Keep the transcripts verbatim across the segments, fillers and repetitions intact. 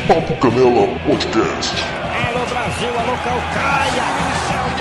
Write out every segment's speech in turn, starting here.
Papo Canela Podcast. Alô Brasil, alô Calcaia.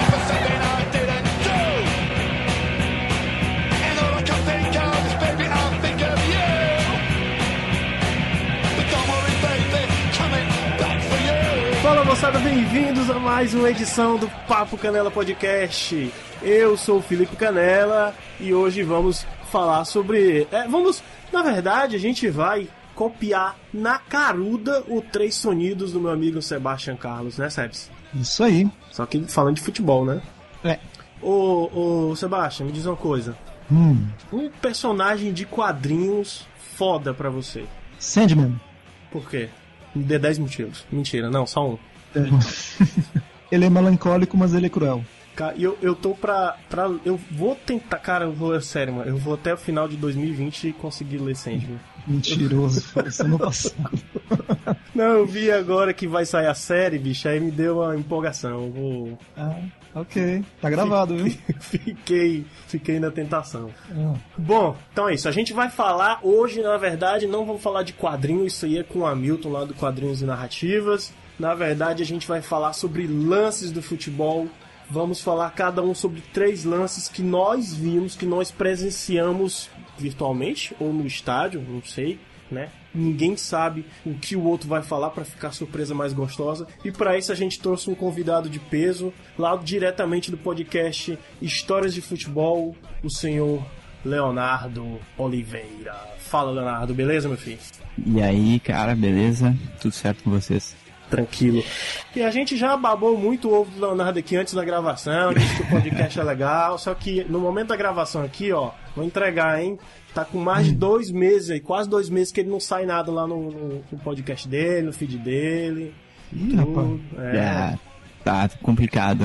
Fala moçada, bem-vindos a mais uma edição do Papo Canela Podcast. Eu sou o Felipe Canela e hoje vamos falar sobre... É, vamos, na verdade, a gente vai copiar na caruda o Três Sonidos do meu amigo Sebastian Carlos, né, Sebs? Isso aí. Só que falando de futebol, né? É. Ô, ô Sebastian, me diz uma coisa. Hum. Um personagem de quadrinhos foda pra você. Sandman. Por quê? Me dê dez motivos. Mentira, não, só um. É. Ele é melancólico, mas ele é cruel. Cara, eu, eu tô pra, pra... Eu vou tentar... Cara, eu vou... Sério, mano. Eu vou até o final de dois mil e vinte conseguir ler Sandman. Mentiroso. Isso no passado. Não, eu vi agora que vai sair a série, bicho. Aí me deu uma empolgação. Eu vou... Ah, ok. Tá gravado, viu? Fiquei... Fiquei na tentação. Ah. Bom, então é isso. A gente vai falar hoje, na verdade, não vamos falar de quadrinhos. Isso aí é com o Hamilton lá do Quadrinhos e Narrativas. Na verdade, a gente vai falar sobre lances do futebol. Vamos falar cada um sobre três lances que nós vimos, que nós presenciamos virtualmente ou no estádio, não sei, né? Ninguém sabe o que o outro vai falar para ficar a surpresa mais gostosa. E para isso a gente trouxe um convidado de peso, lá diretamente do podcast Histórias de Futebol, o senhor Leonardo Oliveira. Fala, Leonardo, beleza, meu filho? E aí, cara, beleza? Tudo certo com vocês? Tranquilo. E a gente já babou muito o ovo do Leonardo aqui antes da gravação, disse que o podcast é legal, só que no momento da gravação aqui, ó, vou entregar, hein? Tá com mais de dois meses aí, quase dois meses que ele não sai nada lá no, no, no podcast dele, no feed dele. Ih, rapaz. É. É, tá complicado.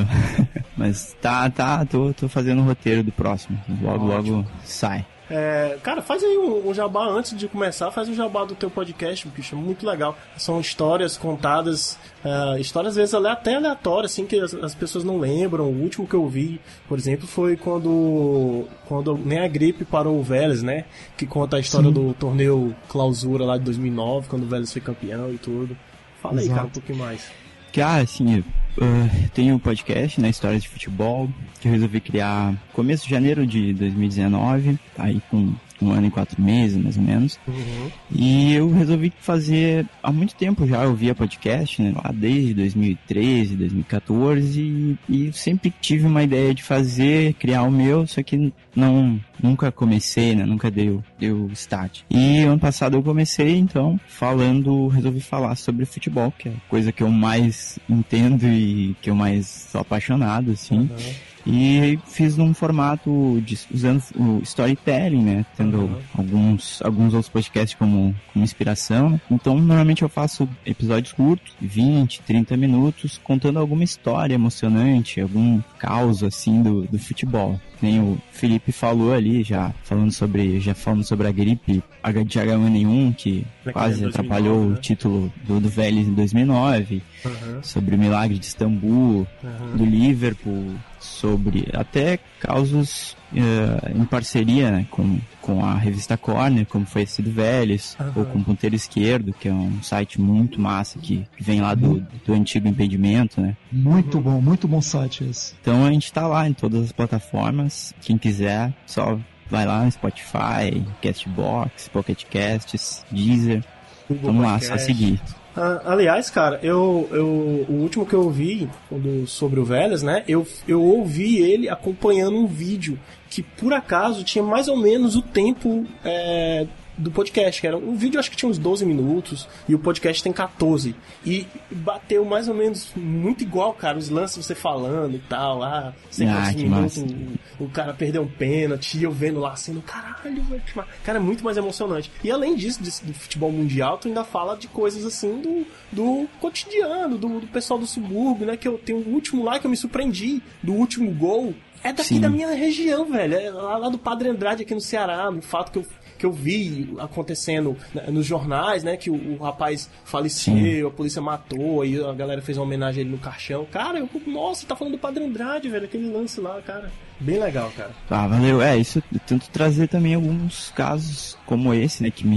Mas tá, tá, tô, tô fazendo o roteiro do próximo. Logo, Ótimo. logo sai. É, cara, faz aí um, um jabá antes de começar, faz um jabá do teu podcast, bicho, é muito legal. São histórias contadas, uh, histórias às vezes até aleatórias, assim, que as, as pessoas não lembram. O último que eu vi, por exemplo, foi quando, quando nem a gripe parou o Vélez, né? Que conta a história Sim. do torneio Clausura lá de dois mil e nove, quando o Vélez foi campeão e tudo. Fala aí, Exato. cara, um pouquinho mais. Cara, assim, uh, tenho um podcast, né, Histórias de Futebol, que eu resolvi criar começo de janeiro de dois mil e dezenove, aí com um ano e quatro meses, mais ou menos. Uhum. E eu resolvi fazer, há muito tempo já eu via podcast, né, lá desde dois mil e treze, dois mil e quatorze, e, e sempre tive uma ideia de fazer, criar o meu, só que não, nunca comecei, né, nunca deu, deu start. E ano passado eu comecei, então, falando, resolvi falar sobre futebol, que é a coisa que eu mais entendo e que eu mais sou apaixonado, assim. Uhum. E fiz num formato de, usando o storytelling, né? Tendo Uhum. alguns, alguns outros podcasts como, como inspiração, né? Então, normalmente eu faço episódios curtos, vinte, trinta minutos, contando alguma história emocionante, algum caos, assim, do, do futebol. Nem o Felipe falou ali, já falando sobre, já falando sobre a gripe de H um N um, que Naquele quase dois mil e nove, atrapalhou né? o título do, do Vélez em dois mil e nove, Uhum. sobre o milagre de Istambul, Uhum. do Liverpool, sobre até causos uh, em parceria, né, com, com a revista Corner, como foi esse do Vélez, Uhum. ou com o Ponteiro Esquerdo, que é um site muito massa que, que vem lá do, do antigo impedimento, né? Muito bom, muito bom site esse. Então a gente tá lá em todas as plataformas, quem quiser, só vai lá no Spotify, Castbox, Pocket Casts, Deezer, Google vamos lá, Podcast. só seguir. Ah, aliás, cara, eu, eu, o último que eu ouvi do, sobre o Vélez, né, eu, eu ouvi ele acompanhando um vídeo que, por acaso, tinha mais ou menos o tempo é, do podcast, que era um vídeo, acho que tinha uns doze minutos, e o podcast tem catorze. E bateu mais ou menos muito igual, cara, os lances você falando e tal, lá, sei Ah, quantos que minutos, massa. o, o cara perdeu um pênalti, e eu vendo lá assim, caralho, velho, que ma- cara, é muito mais emocionante. E além disso, desse- do futebol mundial, tu ainda fala de coisas assim do, do cotidiano, do, do pessoal do subúrbio, né, que eu tenho o último lá que eu me surpreendi, do último gol, é daqui Sim. da minha região, velho, é lá, lá do Padre Andrade aqui no Ceará, no fato que eu que eu vi acontecendo né, nos jornais, né? Que o, o rapaz faleceu, Sim. a polícia matou, aí a galera fez uma homenagem a ele no caixão. Cara, eu, nossa, tá falando do Padre Andrade, velho, aquele lance lá, cara. Bem legal, cara. Tá, valeu. É, isso eu tento trazer também alguns casos como esse, né, que me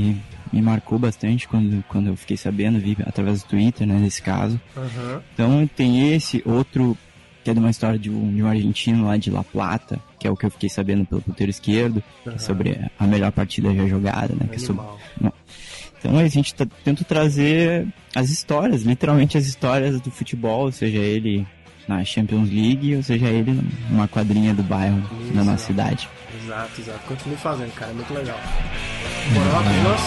me marcou bastante quando, quando eu fiquei sabendo, vi através do Twitter, né, nesse caso. Uhum. Então tem esse, outro, que é de uma história de um, de um argentino lá de La Plata, que é o que eu fiquei sabendo pelo ponteiro esquerdo, uhum. que é sobre a melhor partida já jogada, né, que é sobre... Então a gente tá, tenta trazer as histórias, literalmente as histórias do futebol, seja ele na Champions League, ou seja ele numa quadrinha do bairro, isso, da nossa cidade. Exato, exato. Continue fazendo, cara, é muito legal. Bora lá, Pilas.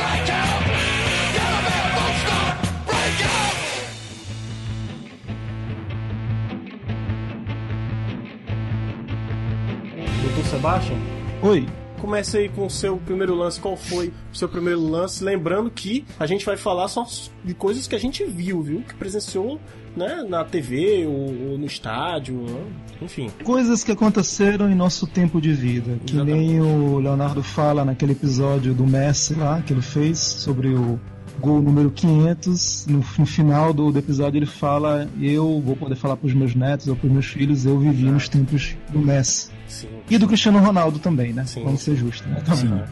Doutor Sebastião? Oi. Comece aí com o seu primeiro lance. Qual foi o seu primeiro lance? Lembrando que a gente vai falar só de coisas que a gente viu, viu? Que presenciou, né? Na T V ou, ou no estádio, enfim. Coisas que aconteceram em nosso tempo de vida. Que Exatamente. Nem o Leonardo fala naquele episódio do Messi lá, que ele fez, sobre o gol número quinhentos. No, no final do, do episódio ele fala: eu vou poder falar pros meus netos ou pros meus filhos, eu vivi Exato. Nos tempos do Messi. Sim. E do Cristiano Ronaldo também, né? Sim. Vamos ser justos, né? Também.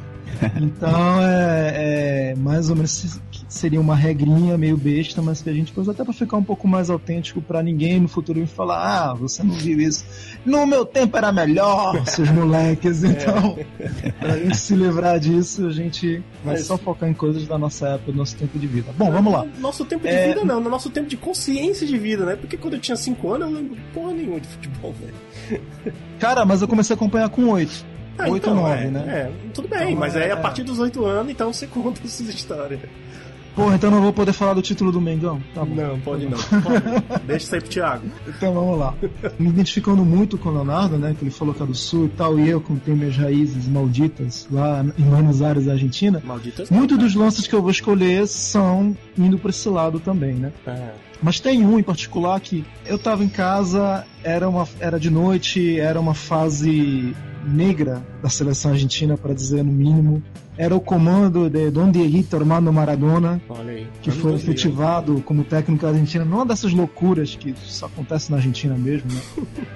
Então, é, é mais ou menos seria uma regrinha meio besta, mas que a gente pôs até pra ficar um pouco mais autêntico, pra ninguém no futuro me falar: ah, você não viu isso. No meu tempo era melhor, seus moleques. Então, é. Pra gente se livrar disso, a gente vai mas... só focar em coisas da nossa época, do nosso tempo de vida. Bom, vamos lá. Nosso tempo de é... vida não, no nosso tempo de consciência de vida, né? Porque quando eu tinha cinco anos, eu lembro porra nenhuma de futebol, velho. Cara, mas eu comecei a acompanhar com oito. Ah, oito ou então, nove, é, né? É, tudo bem, então, mas é, aí a partir dos oito anos, então você conta essas histórias. Porra, então não vou poder falar do título do Mengão? Tá bom. Não, pode não. Pode. Deixa isso aí pro Thiago. Então vamos lá. Me identificando muito com o Leonardo, né? Que ele falou que é do Sul e tal, e eu, como tenho minhas raízes malditas lá em Buenos Aires, Argentina. Malditas? Muitos dos lances que eu vou escolher são indo pra esse lado também, né? É. Mas tem um em particular que eu tava em casa, era, uma, era de noite, era uma fase negra da seleção argentina, para dizer no mínimo. Era o comando de Don Dieguito Armando Maradona, aí, que foi efetivado como técnico da Argentina, numa dessas loucuras que só acontece na Argentina mesmo, né?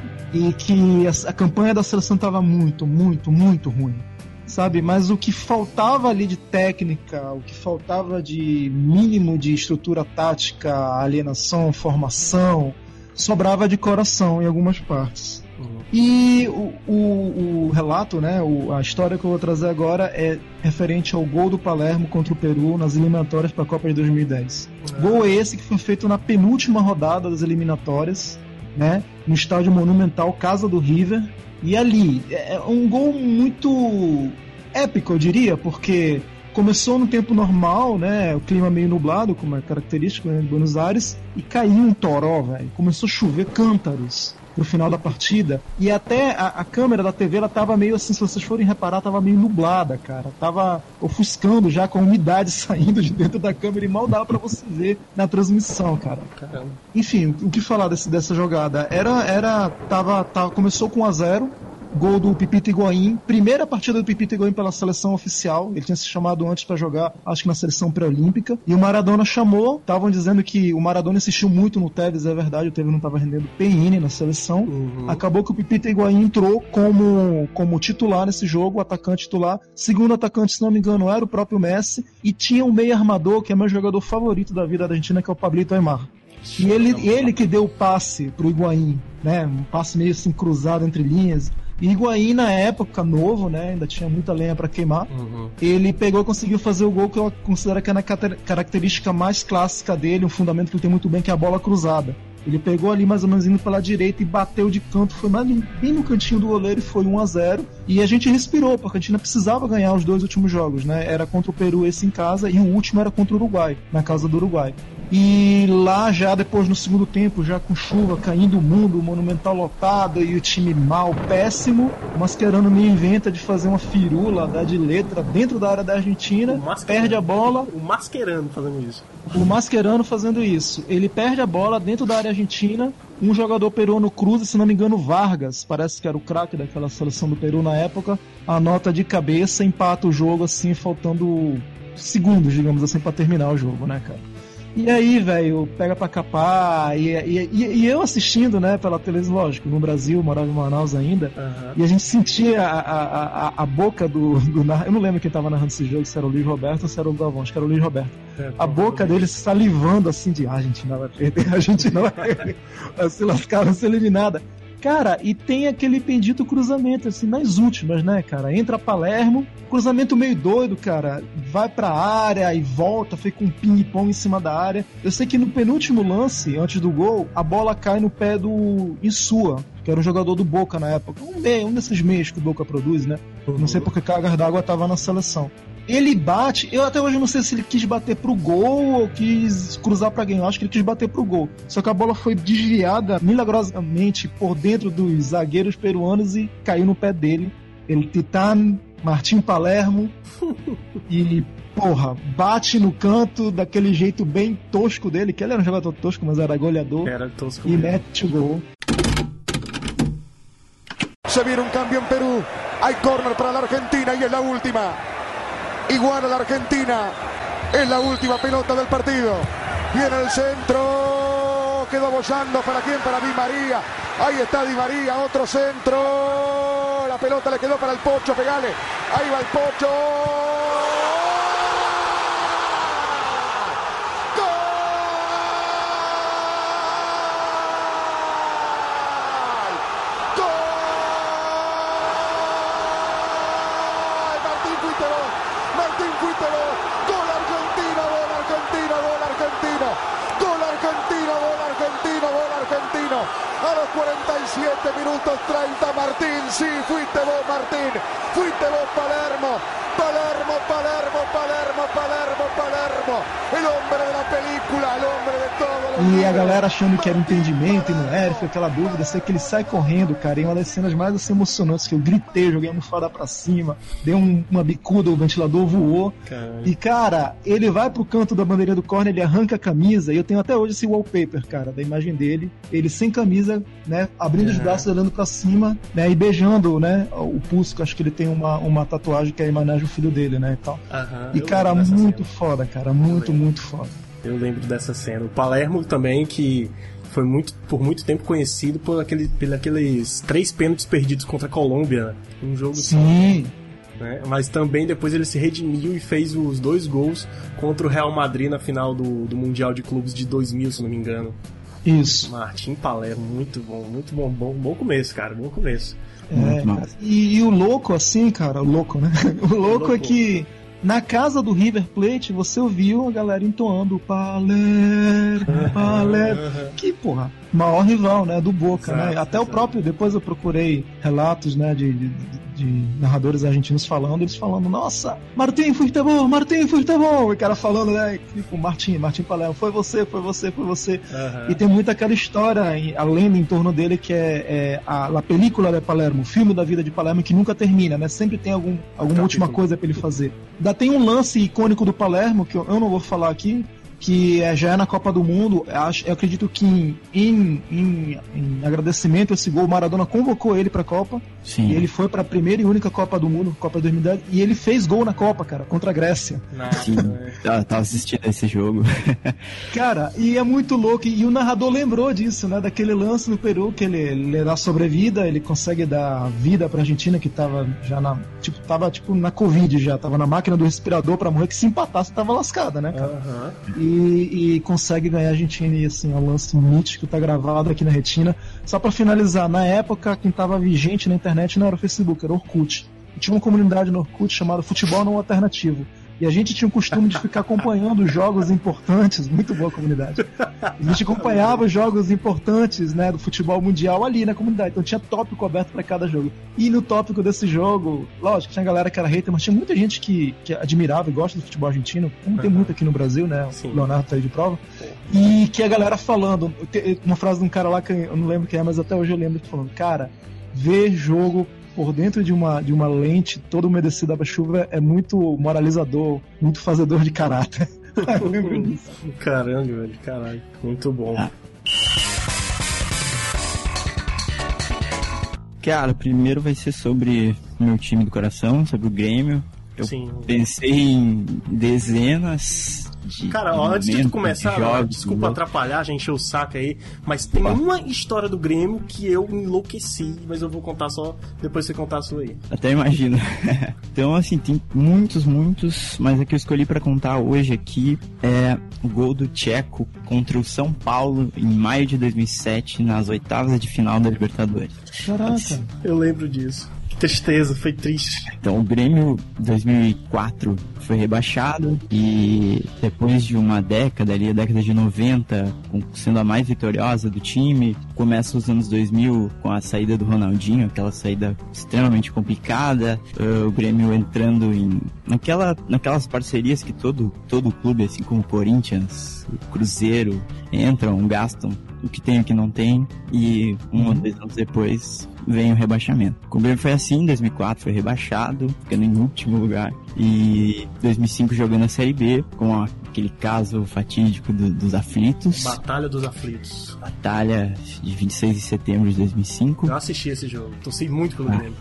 E que a, a campanha da seleção estava muito, muito, muito ruim, sabe? Mas o que faltava ali de técnica, o que faltava de mínimo de estrutura tática, alienação, formação, sobrava de coração em algumas partes. Uhum. E o, o, o relato, né, o, a história que eu vou trazer agora é referente ao gol do Palermo contra o Peru nas eliminatórias para a Copa de dois mil e dez. Uhum. Gol esse que foi feito na penúltima rodada das eliminatórias, né, no estádio monumental Casa do River. E ali, é um gol muito épico, eu diria, porque começou no tempo normal, né, o clima meio nublado, como é característico, né, em Buenos Aires, e caiu um toró, velho. Começou a chover cântaros pro final da partida, e até a, a câmera da T V, ela tava meio assim, se vocês forem reparar, tava meio nublada, cara, tava ofuscando já, com a umidade saindo de dentro da câmera, e mal dava pra você ver na transmissão, cara. Caramba. Enfim, o que falar desse, dessa jogada? Era, era, tava, tava, começou com um a zero, gol do Pipita Higuaín, primeira partida do Pipita Higuaín pela seleção oficial, ele tinha se chamado antes pra jogar, acho que na seleção pré-olímpica, e o Maradona chamou, estavam dizendo que o Maradona insistiu muito no Tevez, é verdade, o Tevez não estava rendendo P N na seleção, uhum. Acabou que o Pipita Higuaín entrou como, como titular nesse jogo, atacante titular, segundo atacante, se não me engano, era o próprio Messi, e tinha um meio armador, que é meu jogador favorito da vida da Argentina, que é o Pablito Aimar. E ele, ele que deu o passe pro Higuaín, né, um passe meio assim cruzado entre linhas. E Higuaín, na época, novo, né, ainda tinha muita lenha pra queimar, uhum. Ele pegou e conseguiu fazer o gol que eu considero que é a característica mais clássica dele, um fundamento que ele tem muito bem, que é a bola cruzada. Ele pegou ali mais ou menos indo pela direita e bateu de canto, foi bem no cantinho do goleiro e foi um a zero. E a gente respirou, porque a Argentina precisava ganhar os dois últimos jogos, né? Era contra o Peru esse em casa e o último era contra o Uruguai, na casa do Uruguai. E lá já depois no segundo tempo, já com chuva caindo o mundo, o Monumental lotado e o time mal, péssimo, o Mascherano me inventa de fazer uma firula, dar de letra dentro da área da Argentina, perde a bola. O Mascherano fazendo isso. O Mascherano fazendo isso. Ele perde a bola dentro da área argentina, um jogador peruano cruza, se não me engano Vargas, parece que era o craque daquela seleção do Peru na época, anota de cabeça, empata o jogo assim, faltando segundos, digamos assim, para terminar o jogo, né, cara? E aí, velho, pega pra capar, e, e, e, e eu assistindo, né, pela televisão, lógico, no Brasil, morava em Manaus ainda, uhum. E a gente sentia a, a, a, a boca do, do... Eu não lembro quem tava narrando esse jogo, se era o Luiz Roberto ou se era o Galvão, acho que era o Luiz Roberto. É, a boca dele salivando assim de, ah, a gente não vai perder, a gente não vai perder, vai se lascar, vai ser eliminada. Cara, e tem aquele bendito cruzamento, assim, nas últimas, né, cara? Entra Palermo, cruzamento meio doido, cara. Vai pra área e volta, fica um ping-pong em cima da área. Eu sei que no penúltimo lance, antes do gol, a bola cai no pé do Insua, que era um jogador do Boca na época. Um meio, um desses meios que o Boca produz, né? Uhum. Não sei porque Cargas d'Água tava na seleção. Ele bate, eu até hoje não sei se ele quis bater pro gol ou quis cruzar pra alguém, eu acho que ele quis bater pro gol. Só que a bola foi desviada milagrosamente por dentro dos zagueiros peruanos e caiu no pé dele. Ele Titã, Martim Palermo e, porra, bate no canto daquele jeito bem tosco dele, que ele era um jogador tosco, mas era goleador. Era tosco. E mete o gol. Se viene un cambio en Perú. Hay córner para la Argentina y es la última. Igual a la Argentina. Es la última pelota del partido. Viene el centro. Quedó bollando. ¿Para quién? Para Di María. Ahí está Di María. Otro centro. La pelota le quedó para el Pocho. Pegale. Ahí va el Pocho. A los cuarenta y siete minutos treinta, Martín, sí, fuiste vos, Martín, fuiste vos, Palermo, Palermo, Palermo, Palermo, Palermo, Palermo, el hombre de la película, el hombre de todo. E a galera achando que era entendimento e não era, foi aquela dúvida, sei que ele sai correndo, cara, e uma das cenas mais assim, emocionantes, que eu gritei, joguei a almofada pra cima, dei um, uma bicuda, o ventilador voou, caralho. E cara, ele vai pro canto da bandeirinha do corner, ele arranca a camisa, e eu tenho até hoje esse wallpaper, cara, da imagem dele, ele sem camisa, né, abrindo uhum. os braços, olhando pra cima, né, e beijando, né, o pulso, que acho que ele tem uma, uma tatuagem que é homenagem ao filho dele, né, e tal. Uhum. E cara, muito cena. foda, cara, muito, muito foda. Eu lembro dessa cena. O Palermo também, que foi muito, por muito tempo conhecido por, aquele, por aqueles três pênaltis perdidos contra a Colômbia, né? Um jogo Sim. Só, né? Mas também depois ele se redimiu e fez os dois gols contra o Real Madrid na final do, do Mundial de Clubes de dois mil, se não me engano. Isso. Martim Palermo, muito bom, muito bom, bom, bom começo, cara, bom começo. É, e, e o louco, assim, cara, o louco, né? O louco, louco é que na casa do River Plate você ouviu a galera entoando Palermo, Palermo, que, porra, maior rival, né, do Boca, exato, né? Até exato. O próprio, depois eu procurei relatos, né, de, de, de narradores argentinos falando, eles falando, nossa, Martim, futebol, Martim, futebol, e o cara falando, né, tipo, Martim, Martim Palermo, foi você, foi você, foi você. Uhum. E tem muita aquela história, a lenda em torno dele, que é, é a, a película de Palermo, o filme da vida de Palermo, que nunca termina, né, sempre tem algum, alguma última coisa pra ele fazer. Ainda tem um lance icônico do Palermo, que eu, eu não vou falar aqui, que é, já é na Copa do Mundo. Eu acredito que em, em, em, em agradecimento a esse gol, o Maradona convocou ele pra Copa. Sim. E ele foi pra primeira e única Copa do Mundo, Copa dois mil e dez, e ele fez gol na Copa, cara, contra a Grécia. Sim, eu tava assistindo esse jogo. Cara, e é muito louco, e o narrador lembrou disso, né, daquele lance no Peru, que ele, ele dá sobrevida, ele consegue dar vida pra Argentina, que tava já na, tipo, tava tipo na Covid já, tava na máquina do respirador pra morrer, que se empatasse tava lascada, né, cara? Uhum. E, e consegue ganhar a Argentina, e assim, é um lance mítico, tá gravado aqui na retina. Só pra finalizar, na época, quem tava vigente na internet não era o Facebook, era o Orkut. E tinha uma comunidade no Orkut chamada Futebol Não Alternativo. E a gente tinha o costume de ficar acompanhando os jogos importantes, muito boa comunidade. A gente acompanhava os jogos importantes, né, do futebol mundial ali na comunidade. Então tinha tópico aberto para cada jogo. E no tópico desse jogo, lógico, tinha galera que era hater, mas tinha muita gente que, que admirava e gosta do futebol argentino, como tem muito aqui no Brasil, né? Sim. O Leonardo tá aí de prova. E que a galera falando, uma frase de um cara lá que eu não lembro quem é, mas até hoje eu lembro, falando, cara, ver jogo por dentro de uma, de uma lente toda umedecida da chuva é muito moralizador, muito fazedor de caráter. Eu lembro disso. Caramba, velho, caralho. Muito bom. Ah. Cara, primeiro vai ser sobre o meu time do coração, sobre o Grêmio. Eu Sim. pensei em dezenas de Cara, ó, de antes de tu momento, começar, de jogos, desculpa de- atrapalhar, já encheu o saco aí, mas tem Ó. uma história do Grêmio que eu enlouqueci, mas eu vou contar só depois você contar a sua aí. Até imagino. Então, assim, tem muitos, muitos, mas a que eu escolhi pra contar hoje aqui é o gol do Tcheco contra o São Paulo em maio de dois mil e sete, nas oitavas de final da Libertadores. Caraca. Eu lembro disso. Que tristeza, foi triste. Então, o Grêmio dois mil e quatro foi rebaixado e depois de uma década ali, a década de noventa, com- sendo a mais vitoriosa do time, começa os anos dois mil com a saída do Ronaldinho, aquela saída extremamente complicada, eh, o Grêmio entrando em naquela, naquelas parcerias que todo, todo clube, assim como o Corinthians, o Cruzeiro, entram, gastam o que tem e o que não tem, e um ou dois anos depois vem o rebaixamento. O Grêmio foi assim, em dois mil e quatro foi rebaixado, ficando em último lugar, e dois mil e cinco jogando na Série B, com a- aquele caso fatídico do- dos aflitos, Batalha dos Aflitos. batalha de vinte e seis de setembro de dois mil e cinco. Eu assisti esse jogo, torci muito pelo Ah. Grêmio.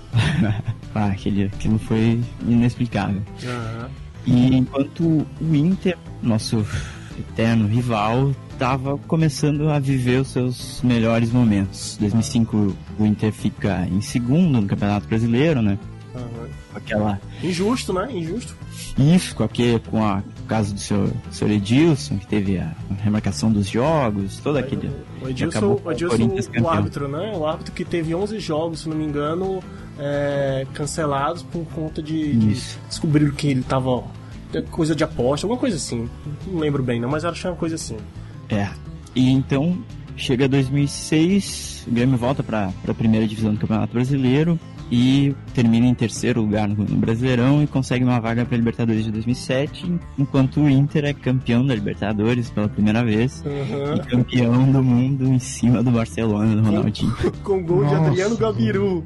Ah, aquele, aquilo foi inexplicável. Aham. E enquanto o Inter, nosso eterno rival, estava começando a viver os seus melhores momentos. dois mil e cinco o Inter fica em segundo no Campeonato Brasileiro, né? Aham. Com aquela... Injusto, né? Injusto. Isso, com, aquele, com a, o caso do seu, seu Edilson, que teve a remarcação dos jogos, todo aquele... O que Edilson, acabou o, com o Edilson, Corinthians o campeão. árbitro, né? O árbitro que teve onze jogos, se não me engano, é, cancelados por conta de, de Isso. descobrir que ele tava... ó, coisa de aposta, alguma coisa assim. Não lembro bem, não, mas acho que é uma coisa assim. É. E então, chega dois mil e seis, o Grêmio volta para a primeira divisão do Campeonato Brasileiro e termina em terceiro lugar no, no Brasileirão e consegue uma vaga para a Libertadores de dois mil e sete, enquanto o Inter é campeão da Libertadores pela primeira vez Aham. e campeão do mundo em cima do Barcelona, do Ronaldinho. Com gol de Nossa. Adriano Gabiru.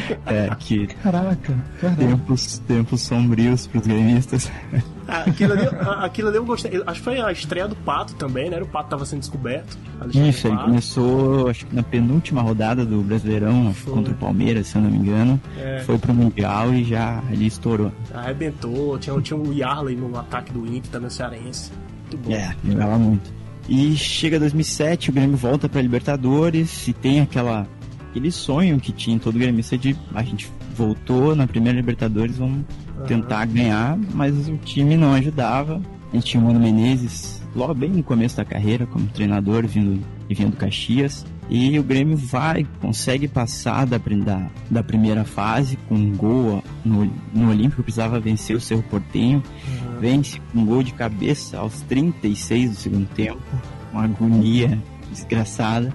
É, que Caraca, verdade. tempos, tempos sombrios para os gremistas. Ah, Aquilo ali, a- aquilo ali eu gostei. Eu acho que foi a estreia do Pato também, né? O Pato tava sendo descoberto. Alexandre Isso, ele Pato. começou, acho que na penúltima rodada do Brasileirão, Foi. contra o Palmeiras, se eu não me engano. É. Foi pro Mundial e já ali estourou. Arrebentou. Tinha, tinha o Yarley no ataque do Inter, também o cearense. Muito bom. É, jogava muito. E chega dois mil e sete, o Grêmio volta pra Libertadores e tem aquela, aquele sonho que tinha em todo gremista de a gente voltou na primeira Libertadores, vamos tentar ganhar, mas o time não ajudava. A gente tinha o Mano Menezes logo bem no começo da carreira como treinador, vindo, e vindo do Caxias. E o Grêmio vai, consegue passar da, da, da primeira fase com um gol no, no Olímpico, precisava vencer o Cerro Porteño. Vence com um gol de cabeça aos trinta e seis do segundo tempo, uma agonia desgraçada.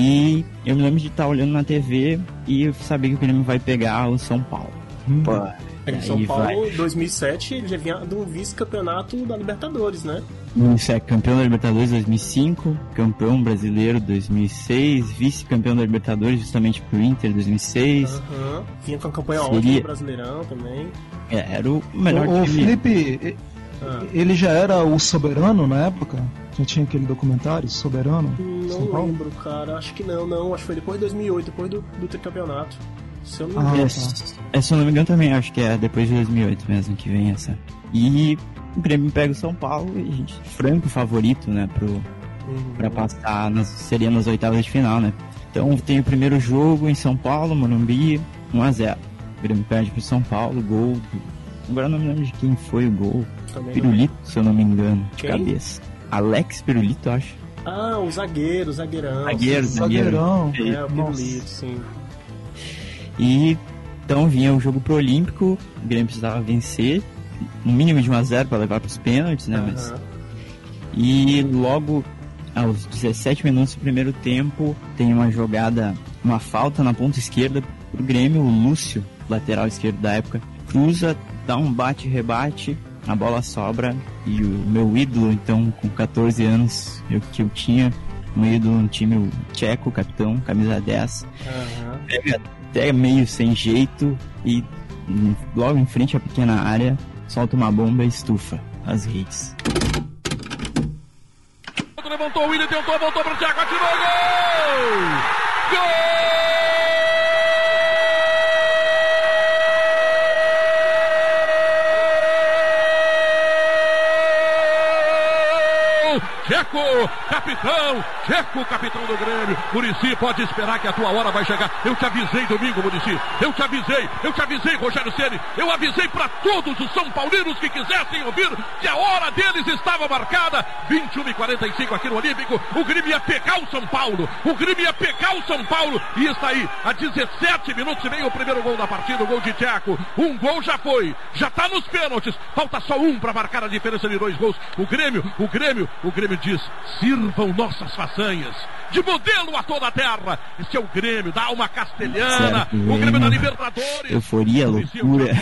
E eu me lembro de estar olhando na T V e eu sabia que o Grêmio vai pegar o São Paulo. Pô, É, e São aí Paulo, vai. em dois mil e sete, ele já vinha de um vice-campeonato da Libertadores, né? Isso é campeão da Libertadores dois mil e cinco, campeão brasileiro dois mil e seis, vice-campeão da Libertadores justamente pro Inter dois mil e seis. Aham. Vinha com a campanha Seria- ótima no Brasileirão também. É, era o melhor Ô, ô, time. Felipe, e- Ah. ele já era o Soberano na época? Já tinha aquele documentário, Soberano? São Não Paulo? lembro, cara. Acho que não, não. Acho que foi depois de dois mil e oito, depois do, do tricampeonato. Se eu não me Ah, engano. É, tá. é, se eu não me engano também, acho que é depois de dois mil e oito mesmo que vem essa. E o Grêmio pega o São Paulo e a gente, franco favorito, né, pro, Uhum. pra passar, nas, seria nas oitavas de final, né. Então tem o primeiro jogo em São Paulo, Morumbi, um a zero. O Grêmio perde pro São Paulo, gol do... Agora eu não me lembro de quem foi o gol. Também não. Pirulito, se eu não me engano, de Quem? cabeça. Alex Pirulito, eu acho. Ah, o zagueiro, o zagueirão. Zagueiro, zagueiro. Zagueirão. É, o Nossa. Pirulito, sim. E então vinha o jogo pro Olímpico, o Grêmio precisava vencer, um mínimo de um a zero para levar pros pênaltis, né? Mas... Aham. E logo aos dezessete minutos do primeiro tempo tem uma jogada, uma falta na ponta esquerda pro Grêmio, o Lúcio, lateral esquerdo da época, cruza, dá um bate-rebate, a bola sobra e o meu ídolo, então, com catorze anos, eu, que eu tinha, um ídolo no time, o Tcheco, capitão, camisa dez, Aham. pega até meio sem jeito e hum, logo em frente à pequena área solta uma bomba e estufa as redes. Levantou o Willian, tentou, voltou pro Thiago, atirou, gol! Gol! Tcheco, capitão, Tcheco, capitão do Grêmio. Muricy, pode esperar que a tua hora vai chegar. Eu te avisei domingo, Muricy. Eu te avisei, eu te avisei, Rogério Ceni. Eu avisei para todos os São Paulinos que quisessem ouvir que a hora deles estava marcada. vinte e uma e quarenta e cinco aqui no Olímpico. O Grêmio ia pegar o São Paulo. O Grêmio ia pegar o São Paulo. E está aí, a dezessete minutos e meio, o primeiro gol da partida, o gol de Tcheco. Um gol já foi, já está nos pênaltis. Falta só um para marcar a diferença de dois gols. O Grêmio, o Grêmio, o Grêmio diz: sirvam nossas façanhas de modelo a toda a terra. Esse é o Grêmio, da alma castelhana. Certo, o Grêmio da Libertadores. Euforia, loucura.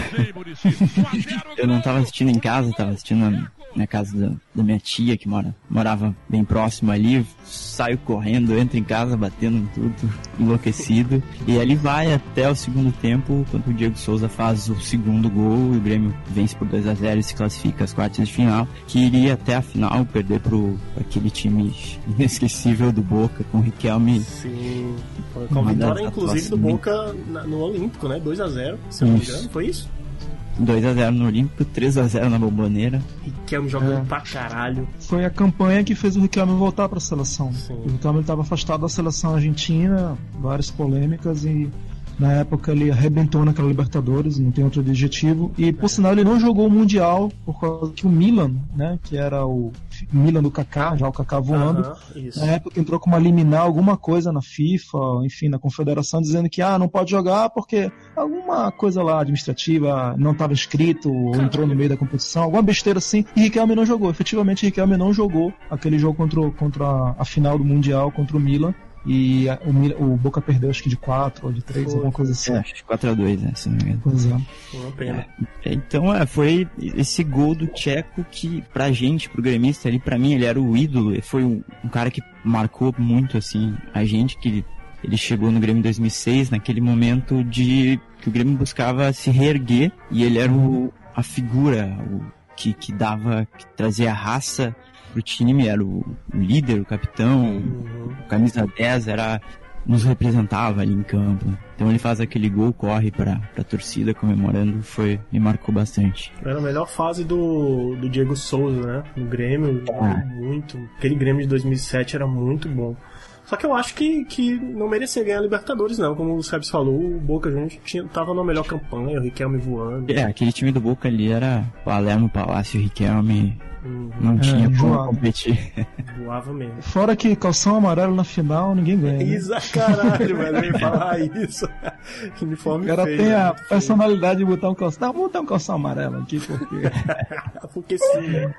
Eu não estava assistindo em casa, estava assistindo na, na casa da, da minha tia, que mora, morava bem próximo ali. Saio correndo, entro em casa, batendo em tudo, enlouquecido. E ali vai até o segundo tempo, quando o Diego Souza faz o segundo gol e o Grêmio vence por dois a zero e se classifica às quartas de final, que iria até a final perder pro aquele time inesquecível do Boca, com o Riquelme. Sim, com a vitória inclusive do Boca no Olímpico, né? dois a zero, se não me engano, foi isso? dois a zero no Olímpico, três a zero na Bombonera. Riquelme jogando é. pra caralho. Foi a campanha que fez o Riquelme voltar pra seleção. Sim. O Riquelme estava afastado da seleção argentina, várias polêmicas, e na época ele arrebentou naquela Libertadores, não tem outro adjetivo. E por sinal ele não jogou o Mundial, por causa que o Milan, né, que era o Milan do Kaká, já o Kaká voando, uh-huh, na época entrou com uma liminar, alguma coisa na FIFA, enfim, na confederação, dizendo que ah, não pode jogar porque alguma coisa lá administrativa não estava escrito, ou entrou no meio da competição, alguma besteira assim, e Riquelme não jogou. Efetivamente Riquelme não jogou aquele jogo contra, o, contra a, a final do Mundial contra o Milan. E a, o, o Boca perdeu acho que de quatro ou de três, foi, alguma coisa assim. É, acho que quatro a dois, né? Se não me engano. Pois é. Uma pena. É, então, é, foi esse gol do Tcheco que, pra gente, pro gremista ali, pra mim, ele era o ídolo. Ele foi um, um cara que marcou muito, assim, a gente, que ele, ele chegou no Grêmio em dois mil e seis, naquele momento de que o Grêmio buscava se reerguer, e ele era o, a figura o, que, que dava, que trazia a raça pro time, era o, o líder, o capitão, uhum. o camisa dez, era, nos representava ali em campo. Então ele faz aquele gol, corre pra, pra torcida comemorando, foi, me marcou bastante. Era a melhor fase do, do Diego Souza, né? No Grêmio, ah. muito. Aquele Grêmio de dois mil e sete era muito bom. Só que eu acho que, que não merecia ganhar a Libertadores, não. Como o Sebs falou, o Boca, a gente tinha, tava na melhor campanha, o Riquelme voando. É, aquele time do Boca ali era Palermo, Palácio, Riquelme. Uhum. Não é, tinha como voava. competir. Voava mesmo. Fora que calção amarelo na final, ninguém ganha. Né? Isso, caralho, velho, vem falar isso. Uniforme feio. O cara feio, tem a feio. personalidade de botar um calção. Não, vou botar um calção amarelo aqui, porque. Porque sim, né?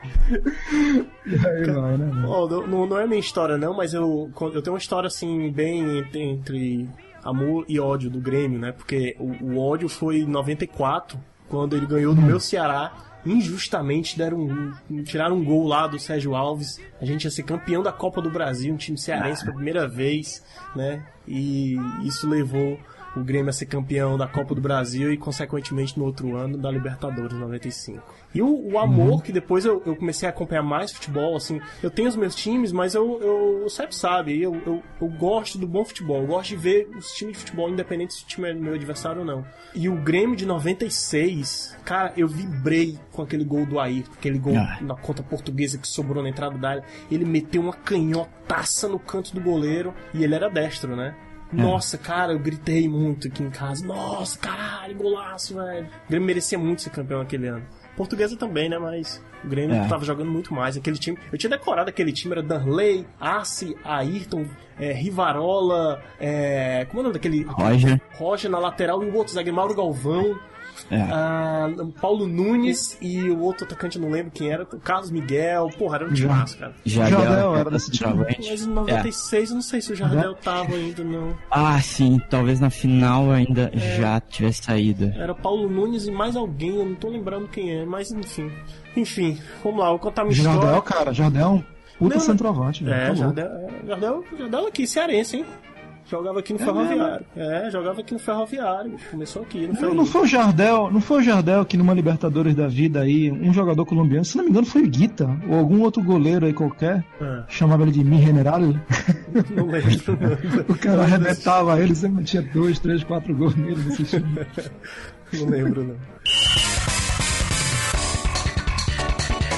E aí vai, né? Oh, não, não é minha história, não, mas eu, eu tenho uma história assim, bem entre amor e ódio do Grêmio, né? Porque o, o ódio foi em noventa e quatro, quando ele ganhou do meu Ceará. Injustamente deram um, tiraram um gol lá do Sérgio Alves. A gente ia ser campeão da Copa do Brasil, um time cearense pela primeira vez, né? E isso levou o Grêmio a ser campeão da Copa do Brasil e, consequentemente, no outro ano, da Libertadores, em noventa e cinco. E o, o amor, uhum. que depois eu, eu comecei a acompanhar mais futebol, assim, eu tenho os meus times, mas eu, eu, eu sempre sabe, eu, eu, eu gosto do bom futebol, eu gosto de ver os times de futebol, independente se o time é meu adversário ou não. E o Grêmio de noventa e seis, cara, eu vibrei com aquele gol do Ayrton, aquele gol ah. na conta portuguesa que sobrou na entrada da área. Ele meteu uma canhotaça no canto do goleiro e ele era destro, né? Nossa, cara, eu gritei muito aqui em casa. Nossa, caralho, golaço, velho. O Grêmio merecia muito ser campeão naquele ano. Portuguesa também, né? Mas o Grêmio é. tava jogando muito mais. Aquele time, eu tinha decorado aquele time, era Danley, Arce, Ayrton, é, Rivarola, é, como é o nome daquele? Roger. Roger na lateral e o outro zagueiro, Mauro Galvão. É. Ah, Paulo Nunes e o outro atacante, eu não lembro quem era, o Carlos Miguel. Porra, era um timaço, cara. Jardel, Jardel era desse time. Mas em noventa e seis, é. eu não sei se o Jardel tava ainda, não. Ah, sim, talvez na final ainda é. já tivesse saído. Era Paulo Nunes e mais alguém, eu não tô lembrando quem é, mas enfim. Enfim, vamos lá, eu vou contar minha Jardel, história. Jardel, cara, Jardel é um puta não, centroavante. É, tá Jardel, Jardel, Jardel aqui, cearense, hein? Jogava aqui no é Ferroviário. Mesmo? É, jogava aqui no Ferroviário. Começou aqui, não foi? Não, não foi o Jardel, não foi o Jardel que numa Libertadores da vida aí, um jogador colombiano, se não me engano foi o Guita, ou algum outro goleiro aí qualquer, é. chamava ele de Mi General. Não lembro. O cara arrebentava ele, sempre tinha dois, três, quatro gols nele nesse time. Não lembro, não.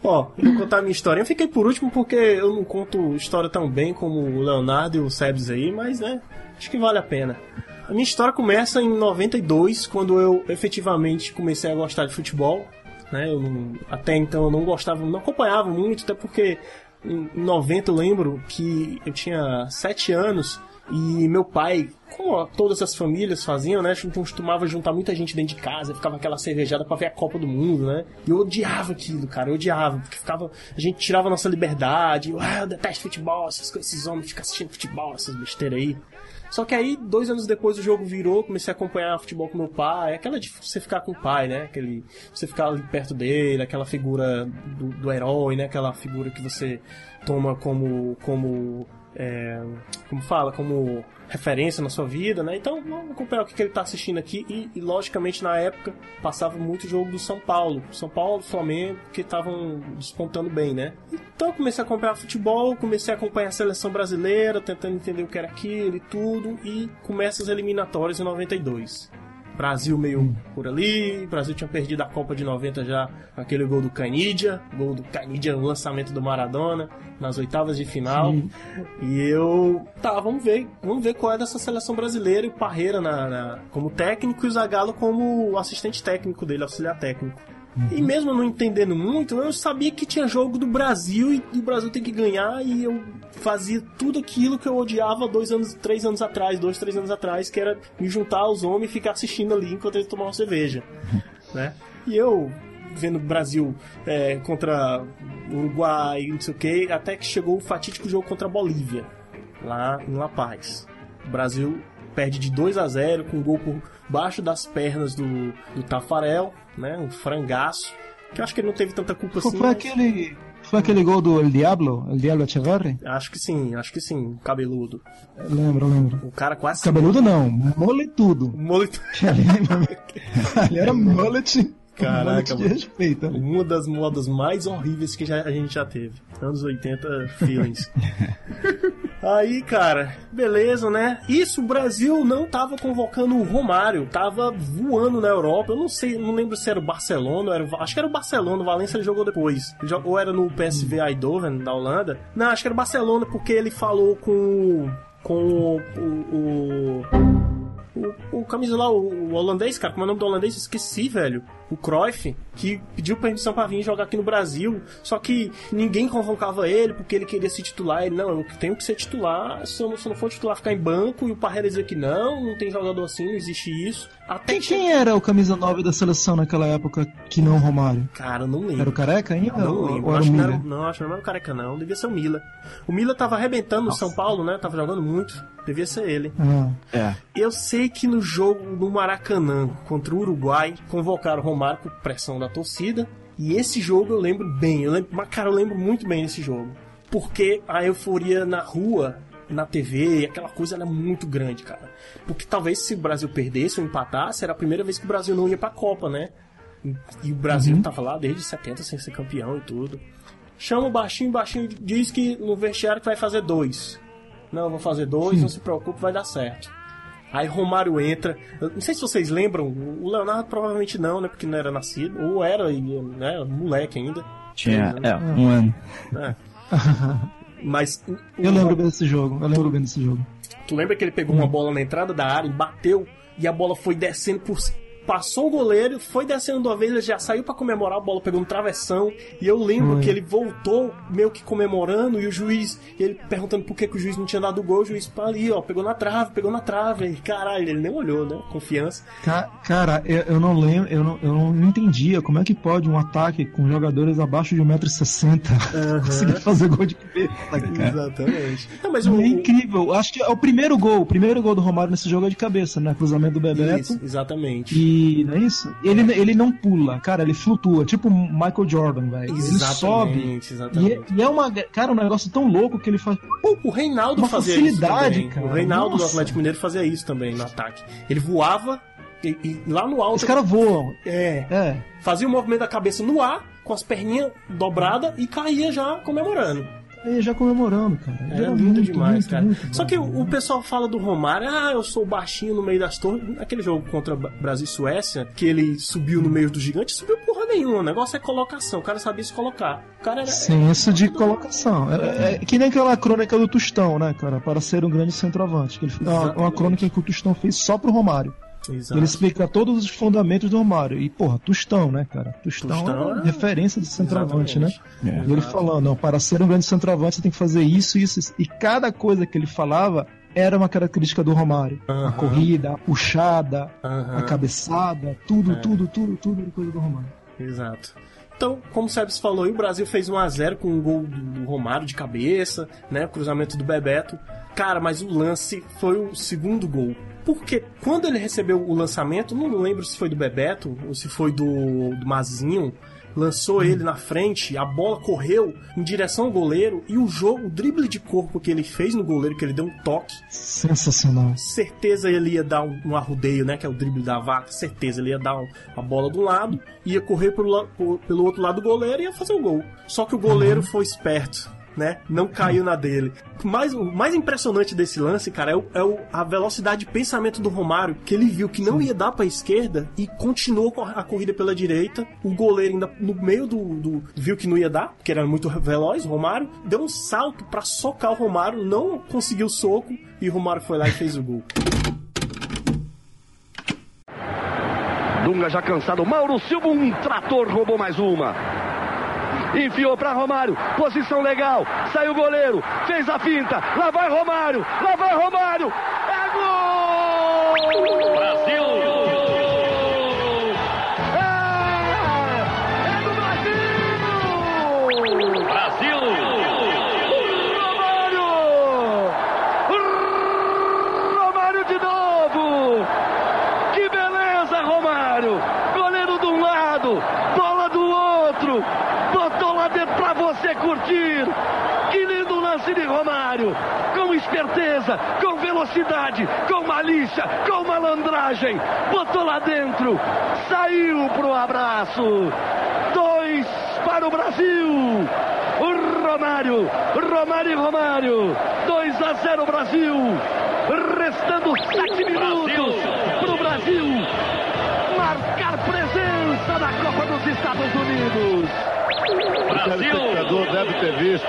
Ó, eu vou contar a minha história. Eu fiquei por último porque eu não conto história tão bem como o Leonardo e o Sebs aí, mas, né, acho que vale a pena. A minha história começa em noventa e dois, quando eu efetivamente comecei a gostar de futebol, né? Eu não, até então eu não gostava, não acompanhava muito, até porque em noventa eu lembro que eu tinha sete anos e meu pai, como todas as famílias faziam, né? A gente costumava juntar muita gente dentro de casa, ficava aquela cervejada pra ver a Copa do Mundo, né? E eu odiava aquilo, cara, eu odiava, porque ficava, a gente tirava a nossa liberdade, eu, ah, eu detesto futebol, essas coisas, esses homens ficam assistindo futebol, essas besteiras aí. Só que aí, dois anos depois o jogo virou, comecei a acompanhar futebol com meu pai, aquela de você ficar com o pai, né? Aquele, você ficar ali perto dele, aquela figura do, do herói, né? Aquela figura que você toma como, como, é, como fala, como referência na sua vida, né? Então, vamos acompanhar o que, que ele tá assistindo aqui e, e, logicamente, na época, passava muito jogo do São Paulo. São Paulo, Flamengo, que estavam despontando bem, né? Então, eu comecei a acompanhar futebol, comecei a acompanhar a seleção brasileira, tentando entender o que era aquilo e tudo, e começa as eliminatórias em noventa e dois. Brasil meio por ali, o Brasil tinha perdido a Copa de noventa já, aquele gol do Canidia, gol do Canidia, o lançamento do Maradona, nas oitavas de final. Sim. E eu, tá, vamos ver, vamos ver qual é dessa seleção brasileira, e o Parreira na, na, como técnico e o Zagallo como assistente técnico dele, auxiliar técnico. Uhum. E mesmo não entendendo muito, eu sabia que tinha jogo do Brasil e, e o Brasil tem que ganhar, e eu fazia tudo aquilo que eu odiava dois anos, três anos atrás, dois, três anos atrás, que era me juntar aos homens e ficar assistindo ali enquanto eles tomavam cerveja, né? E eu vendo o Brasil é, contra o Uruguai, não sei o que, até que chegou o fatídico jogo contra a Bolívia, lá em La Paz. O Brasil perde de dois a zero com um gol por baixo das pernas do, do Tafarel, né? Um frangaço, que eu acho que ele não teve tanta culpa foi, assim. Foi mas... aquele... Foi aquele gol do El Diablo? El Diablo Echeverri? Acho que sim, acho que sim, cabeludo. Eu lembro, eu lembro. O cara quase... Cabeludo não, moletudo. Moletudo. Ali era mullet. Caraca, mullet de respeito. Uma das modas mais horríveis que já, a gente já teve. Anos oitenta feelings. Aí, cara, beleza, né? Isso, o Brasil não tava convocando o Romário, tava voando na Europa. Eu não sei, não lembro se era o Barcelona, era, acho que era o Barcelona, o Valência ele jogou depois. Ou era no P S V Eindhoven, da Holanda. Não, acho que era o Barcelona, porque ele falou com, com o... o, o, o, o camisa lá, o, o holandês, cara, como é o nome do holandês? Esqueci, velho. O Cruyff, que pediu permissão pra vir jogar aqui no Brasil, só que ninguém convocava ele porque ele queria ser titular. Ele, não, eu tenho que ser titular, se eu não, se eu não for titular, ficar em banco. E o Parreira dizia que não, não tem jogador assim, não existe isso. Até quem, que... quem era o camisa nove da seleção naquela época que não o Romário? Cara, eu não lembro. Era o Careca ainda? Não ou, lembro. ou era acho o que Miller? não, era, não, acho que não era o Careca não, devia ser o Miller. O Miller tava arrebentando Nossa. no São Paulo, né? Tava jogando muito, devia ser ele. Ah. É. Eu sei que no jogo no Maracanã contra o Uruguai, convocaram o Romário por pressão da torcida. E esse jogo eu lembro bem, eu lembro, mas cara, eu lembro muito bem desse jogo. Porque a euforia na rua, na T V, aquela coisa era muito grande, cara. Porque talvez se o Brasil perdesse ou empatasse, era a primeira vez que o Brasil não ia pra Copa, né? E o Brasil uhum. tava lá desde setenta sem ser campeão e tudo. Chama o baixinho, o baixinho diz que no vestiário que vai fazer dois. Não, eu vou fazer dois, Sim. não se preocupe, vai dar certo. Aí Romário entra, eu não sei se vocês lembram, o Leonardo provavelmente não, né, porque não era nascido, ou era, né, moleque ainda. Tinha, é, é, um ano. É. Mas... Eu lembro bem desse jogo, eu lembro bem desse jogo. Tu lembra que ele pegou uma bola na entrada da área e bateu, e a bola foi descendo por... Passou o goleiro, foi descendo de uma vez, ele já saiu pra comemorar, a bola pegou no travessão. E eu lembro Oi. que ele voltou meio que comemorando, e o juiz, ele perguntando por que, que o juiz não tinha dado o gol, o juiz pá, ali, ó, pegou na trave, pegou na trave. E, caralho, ele nem olhou, né? Confiança. Ca- cara, eu, eu não lembro, eu não, eu não entendia como é que pode um ataque com jogadores abaixo de um metro e sessenta uhum. conseguir fazer gol de cabeça, cara. Exatamente. Não, mas é o, incrível. Acho que é o primeiro gol, o primeiro gol do Romário nesse jogo é de cabeça, né? Cruzamento do Bebeto. Isso, exatamente. E não é isso? Ele, ele não pula, cara, ele flutua, tipo Michael Jordan, velho. Ele sobe. Exatamente. E, e é uma, cara, um negócio tão louco que ele faz. Pô, o Reinaldo uma fazia isso também. Cara. O Reinaldo Nossa. do Atlético Mineiro fazia isso também no ataque. Ele voava e, e lá no alto. Os caras voam. É, é. Fazia o movimento da cabeça no ar, com as perninhas dobradas e caía já comemorando. Aí já comemorando, cara. Era, era lindo muito, demais, muito, cara. muito Só bom, que o, né? o pessoal fala do Romário, ah, eu sou baixinho no meio das torres. Aquele jogo contra Brasil e Suécia, que ele subiu no meio do gigante, subiu porra nenhuma. O negócio é colocação, o cara sabia se colocar. O cara era... Senso de colocação. É, é que nem aquela crônica do Tostão, né, cara? Para ser um grande centroavante. Que ele, uma, uma crônica que o Tostão fez só pro Romário. Exato. Ele explica todos os fundamentos do Romário. E, porra, Tostão, né, cara? Tostão, Tostão é, é referência de centroavante, exatamente, né? É. E ele falando, não, para ser um grande centroavante você tem que fazer isso, isso, isso. E cada coisa que ele falava era uma característica do Romário. Uh-huh. A corrida, a puxada, uh-huh. a cabeçada, tudo, é. tudo, tudo, tudo era coisa do Romário. Exato. Então, como o Sebs falou, o Brasil fez um a zero com um gol do Romário de cabeça, né? Cruzamento do Bebeto. Cara, mas o lance foi o segundo gol. Porque quando ele recebeu o lançamento, não lembro se foi do Bebeto ou se foi do, do Mazinho, lançou hum. ele na frente, a bola correu em direção ao goleiro e o jogo, o drible de corpo que ele fez no goleiro, que ele deu um toque. Sensacional. Certeza ele ia dar um, um arrudeio, né? Que é o drible da vaca. Certeza ele ia dar um, a bola de um lado, ia correr pelo, por, pelo outro lado do goleiro e ia fazer o gol. Só que o goleiro uhum. foi esperto. Né? Não caiu na dele. Mas o mais impressionante desse lance, cara, é, o, é o, a velocidade de pensamento do Romário, que ele viu que não ia dar pra esquerda e continuou a corrida pela direita. O goleiro ainda no meio do, do viu que não ia dar, porque era muito veloz, o Romário deu um salto pra socar o Romário, não conseguiu o soco e o Romário foi lá e fez o gol. Dunga já cansado, Mauro Silva, um trator, roubou mais uma. Enfiou para Romário, posição legal, saiu o goleiro, fez a finta, lá vai Romário, lá vai Romário, é gol! Brasil! É, é do Brasil! Brasil! Romário! Romário de novo! Que beleza, Romário! Goleiro de um lado, bola do outro! Botou lá dentro pra você curtir. Que lindo lance de Romário. Com esperteza, com velocidade, com malícia, com malandragem. Botou lá dentro. Saiu pro abraço. Dois para o Brasil. O Romário. Romário e Romário. dois a zero Brasil. Restando sete minutos pro Brasil marcar presença na Copa dos Estados Unidos. O telespectador deve ter visto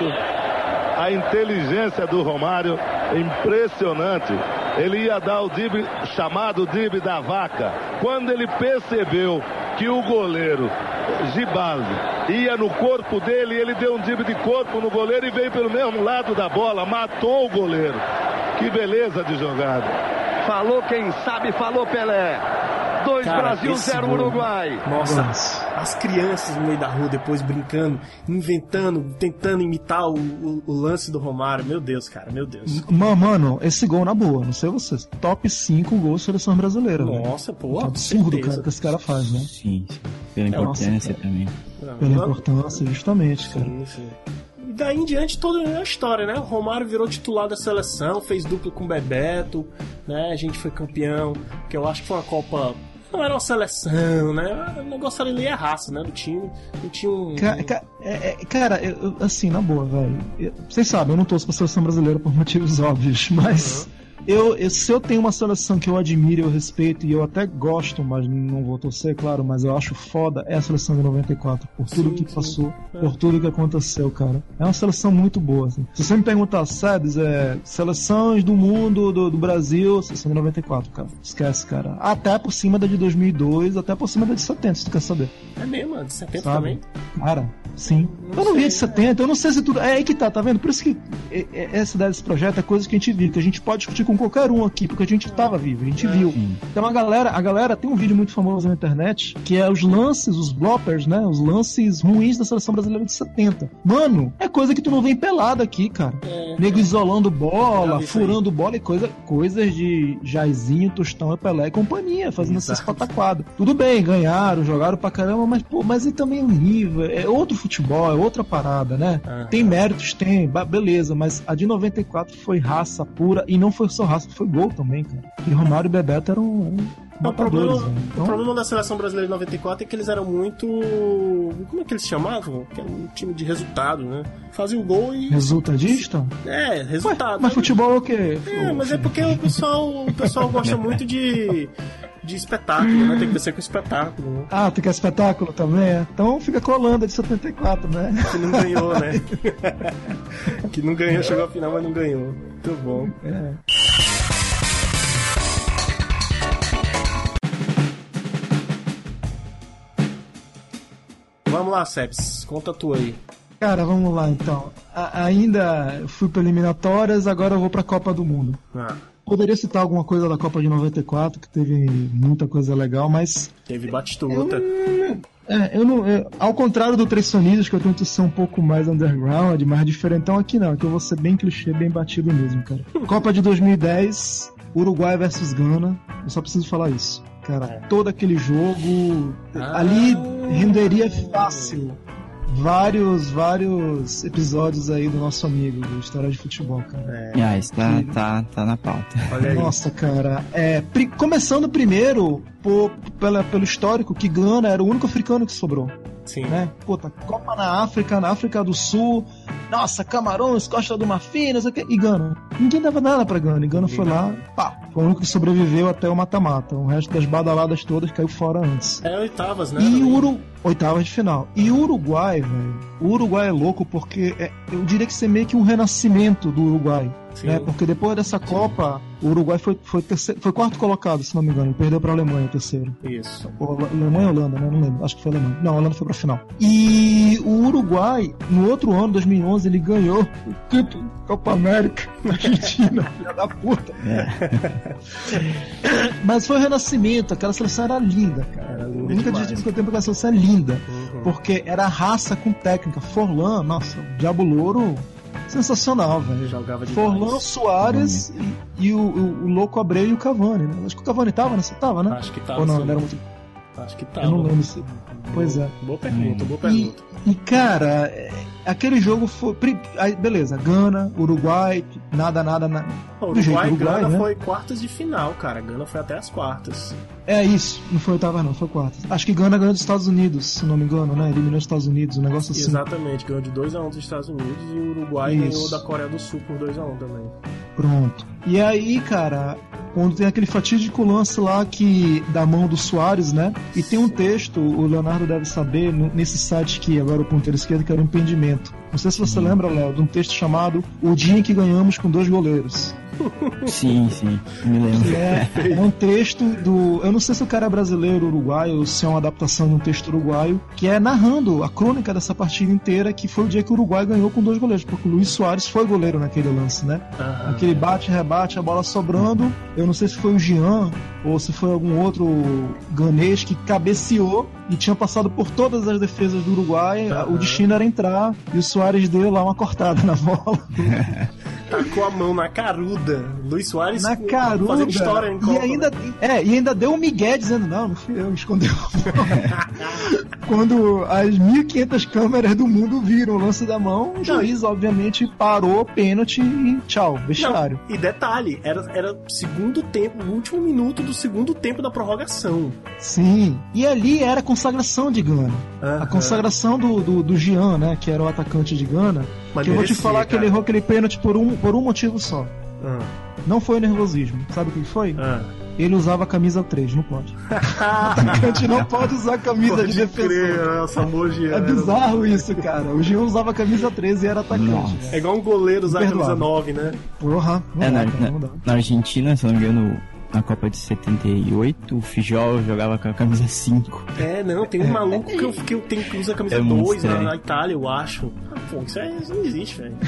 a inteligência do Romário, impressionante. Ele ia dar o drible, chamado drible da vaca. Quando ele percebeu que o goleiro Gibaldi ia no corpo dele, ele deu um drible de corpo no goleiro e veio pelo mesmo lado da bola, matou o goleiro. Que beleza de jogada. Falou quem sabe, falou Pelé. dois Brasil, zero Uruguai. Nossa, as crianças no meio da rua depois brincando, inventando, tentando imitar o, o, o lance do Romário. Meu Deus, cara, meu Deus. Mano, mano, esse gol na boa, não sei vocês. Top cinco gols seleção brasileira. Nossa, velho. Pô, é absurdo, cara, que esse cara faz, né? Sim, sim. Pela importância Nossa, também. Não, Pela não, importância, justamente, cara. Sim, sim. E daí em diante toda a história, né? O Romário virou titular da seleção, fez dupla com o Bebeto, né? A gente foi campeão, que eu acho que foi uma Copa... Não era uma seleção, né? O negócio ali é raça, né? Do time. Não tinha um. Cara, cara, é, é, cara eu, assim, na boa, velho. Vocês sabem, eu não torço pra seleção brasileira por motivos óbvios, mas. Uhum. Eu, eu, se eu tenho uma seleção que eu admiro, eu respeito e eu até gosto, mas não vou torcer, claro, mas eu acho foda, é a seleção de noventa e quatro, por tudo sim, que sim. passou, é. por tudo que aconteceu, cara. É uma seleção muito boa, assim. Se você me perguntar, Sebs, é seleções do mundo, do, do Brasil, seleção de noventa e quatro, cara. Esquece, cara. Até por cima da de dois mil e dois, até por cima da de setenta, se tu quer saber. É mesmo, a de setenta Sabe? Também? Cara, sim. Não eu não sei, vi a de setenta, eu não sei se tudo... É aí que tá, tá vendo? Por isso que essa ideia desse projeto é coisa que a gente viu, que a gente pode discutir com qualquer um aqui, porque a gente tava vivo, a gente é, viu. Sim. Então a galera, a galera tem um vídeo muito famoso na internet, que é os lances, os bloppers, né? Os lances ruins da seleção brasileira de setenta. Mano, é coisa que tu não vem pelado aqui, cara. É, Nego isolando bola, furando bola e coisa, coisas de Jairzinho, Tostão, Pelé e companhia, fazendo essas pataquadas. Tudo bem, ganharam, jogaram pra caramba, mas pô, mas é também um nível, é outro futebol, é outra parada, né? Uhum. Tem méritos, tem, beleza, mas a de noventa e quatro foi raça pura, e não foi só raça, foi gol também, cara. E Romário e Bebeto eram, O problema, Matadores, né? Então, o problema da seleção brasileira de noventa e quatro é que eles eram muito... Como é que eles chamavam? Que era um time de resultado, né? Fazia o gol e... resultadista? É, resultado. Ué, mas futebol é o quê? É, mas é porque o pessoal, o pessoal gosta muito de... de espetáculo, né? Tem que descer com espetáculo, né? Ah, tu quer espetáculo também? É? Então fica com a Holanda de setenta e quatro, né? Que não ganhou, né? Que não ganhou, chegou à final, mas não ganhou. Muito bom. É. Vamos lá, Sebs, conta tu aí. Cara, vamos lá então. A- ainda fui para eliminatórias, agora eu vou pra Copa do Mundo. Ah, Poderia citar alguma coisa da Copa de noventa e quatro, que teve muita coisa legal, mas teve batistuta. É, eu não, eu- ao contrário do Três Sonidos, que eu tento ser um pouco mais underground, mais diferentão, aqui não, aqui eu vou ser bem clichê, bem batido mesmo, cara. Copa de dois mil e dez, Uruguai versus Gana, eu só preciso falar isso. Cara, todo aquele jogo, Ah. ali renderia fácil vários, vários episódios aí do nosso amigo, do História de Futebol, cara. É, Ah, isso tá, tá, tá na pauta. olha aí. Nossa, cara, é, pri- começando primeiro por, pela, pelo histórico que Gana era o único africano que sobrou, Sim. né? Puta, Copa na África, na África do Sul, nossa, Camarões, Costa do Marfim, não sei o que, e Gana. Ninguém dava nada pra Gana, e Gana foi lá, pá, foi o único que sobreviveu até o mata-mata. O resto das badaladas todas caiu fora antes. É oitavas, né? E o Uru... oitavas de final. E o Uruguai, velho, o Uruguai é louco porque é, eu diria que isso é meio que um renascimento do Uruguai. Sim. Né? Porque depois dessa Copa, o Uruguai foi, foi, terceiro, foi quarto colocado, se não me engano. Ele perdeu pra Alemanha o terceiro. Isso. Ou Hola- Alemanha ou Holanda, né? Não lembro. Acho que foi Alemanha. Não, a Holanda foi pra final. E o Uruguai, no outro ano, dois mil e onze, ele ganhou o título Copa América na Argentina. Filha da puta. Mas foi o renascimento. Aquela seleção era linda, cara. Era Eu linda nunca demais. disse que eu tenho aquela seleção é linda. Uhum. Porque era raça com técnica. Forlan, nossa, o Diabo Louro, sensacional, velho. Jogava demais. Forlan, Soares e, e o, o, o Louco Abreu e o Cavani, né? Acho que o Cavani tava nessa, tava, né? Acho que tava. Ou não, sim. ele era muito... Acho que tava. Eu não lembro se... Pois é. Boa pergunta, boa E, pergunta. e, cara, é, aquele jogo foi... pri- aí, beleza, Gana, Uruguai, nada, nada, nada. O do jeito Uruguai, Uruguai, Gana né? foi quartas de final, cara. Gana foi até as quartas. É isso, não foi oitava não, foi quarta. Acho que Gana ganhou dos Estados Unidos, se não me engano, né? Eliminou os Estados Unidos, um negócio assim. Exatamente, ganhou de dois a um dos Estados Unidos e o Uruguai Isso. ganhou da Coreia do Sul por dois a um também. Pronto. E aí, cara, quando tem aquele fatídico lance lá que da mão do Soares, né? E tem um texto, o Leonardo deve saber, no- nesse site que agora é o ponteiro esquerdo, que era o Impedimento. Não sei se você lembra, Léo, de um texto chamado O Dia em que Ganhamos com Dois Goleiros. Sim, sim, me lembro. Que é, é um texto do. Eu não sei se o cara é brasileiro ou uruguaio, ou se é uma adaptação de um texto uruguaio, que é narrando a crônica dessa partida inteira, que foi o dia que o Uruguai ganhou com dois goleiros, porque o Luiz Soares foi goleiro naquele lance, né? Aham. Aquele bate, rebate, a bola sobrando. Eu não sei se foi o Jean ou se foi algum outro ganês que cabeceou e tinha passado por todas as defesas do Uruguai. Aham. O destino era entrar e o Soares deu lá uma cortada na bola. Tacou a mão na caruda. Luiz Soares Na caruda. fazendo história em e Copa. ainda, é, e ainda deu um migué dizendo, não, não fui eu, escondeu a bola. Quando as mil e quinhentas câmeras do mundo viram o lance da mão, o juiz, obviamente, parou, pênalti e tchau, vestiário. Não, e detalhe, era, era segundo tempo, o último minuto do segundo tempo da prorrogação. Sim. E ali era a consagração de Gana. Aham. A consagração do, do, do Jean, né, que era o atacante de Gana. Mas que eu vou te merecia, falar que cara. ele errou aquele pênalti por um, por um motivo só. Ah, Não foi nervosismo. Sabe o que foi? ah. Ele usava a camisa três, não pode. Atacante não pode usar a camisa Pode de defesa. crer, nossa, amor, Jean. É bizarro isso, cara. O Jean usava a camisa treze e era atacante. Nossa. É igual um goleiro usar a camisa Perdoado. nove, né? Porra, não É, dá, na, cara, na, não dá. na Argentina, se não me engano, na Copa de setenta e oito, o Fijol jogava com a camisa cinco. É, não, tem um maluco que, eu, que eu tenho que usa a camisa É muito dois na, estranho. na Itália, eu acho. Ah, pô, isso, é, isso não existe, velho.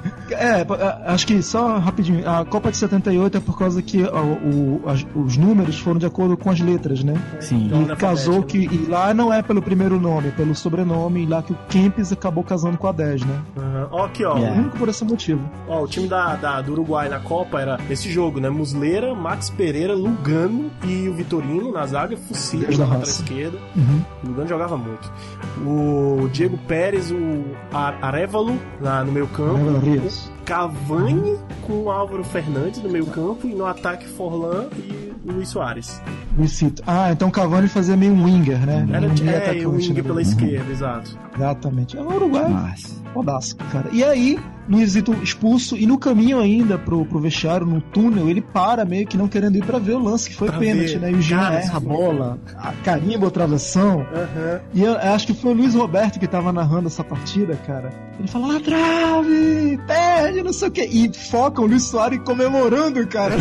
É, p- é, acho que só rapidinho, a Copa de setenta e oito é por causa que ó, o, as- os números foram de acordo com as letras, né? Sim. Então, E alfabética, casou né? que. E lá não é pelo primeiro nome, é pelo sobrenome, e lá que o Kempis acabou casando com a dez, né? Aham. Ó, aqui, ó. É. Único por esse motivo. Ó, o time da, da- do Uruguai na Copa era esse jogo, né? Muslera, Max Pereira, Lugano e o Vitorino na zaga, Fucile na lateral esquerda. Uhum. O Lugano jogava muito. O Diego Pérez, o Arévalo na, no meio campo. O Cavani com o Álvaro Fernandes no meio campo e no ataque Forlan e Luiz Soares. Luizito. Ah, então o Cavani fazia meio um winger, né? Era um é, o winger pela esquerda, exato. Exatamente. É o Uruguai. Fodaço, cara. E aí, Luizito expulso e no caminho ainda pro, pro vestiário, no túnel, ele para meio que não querendo ir pra ver o lance, que foi pra pênalti, ver. Né? E o Jean erra a bola, a carimba a travessão. Uhum. E eu, eu acho que foi o Luiz Roberto que tava narrando essa partida, cara. Ele fala, lá trave, perde, não sei o quê. E foca o Luiz Soares comemorando, cara.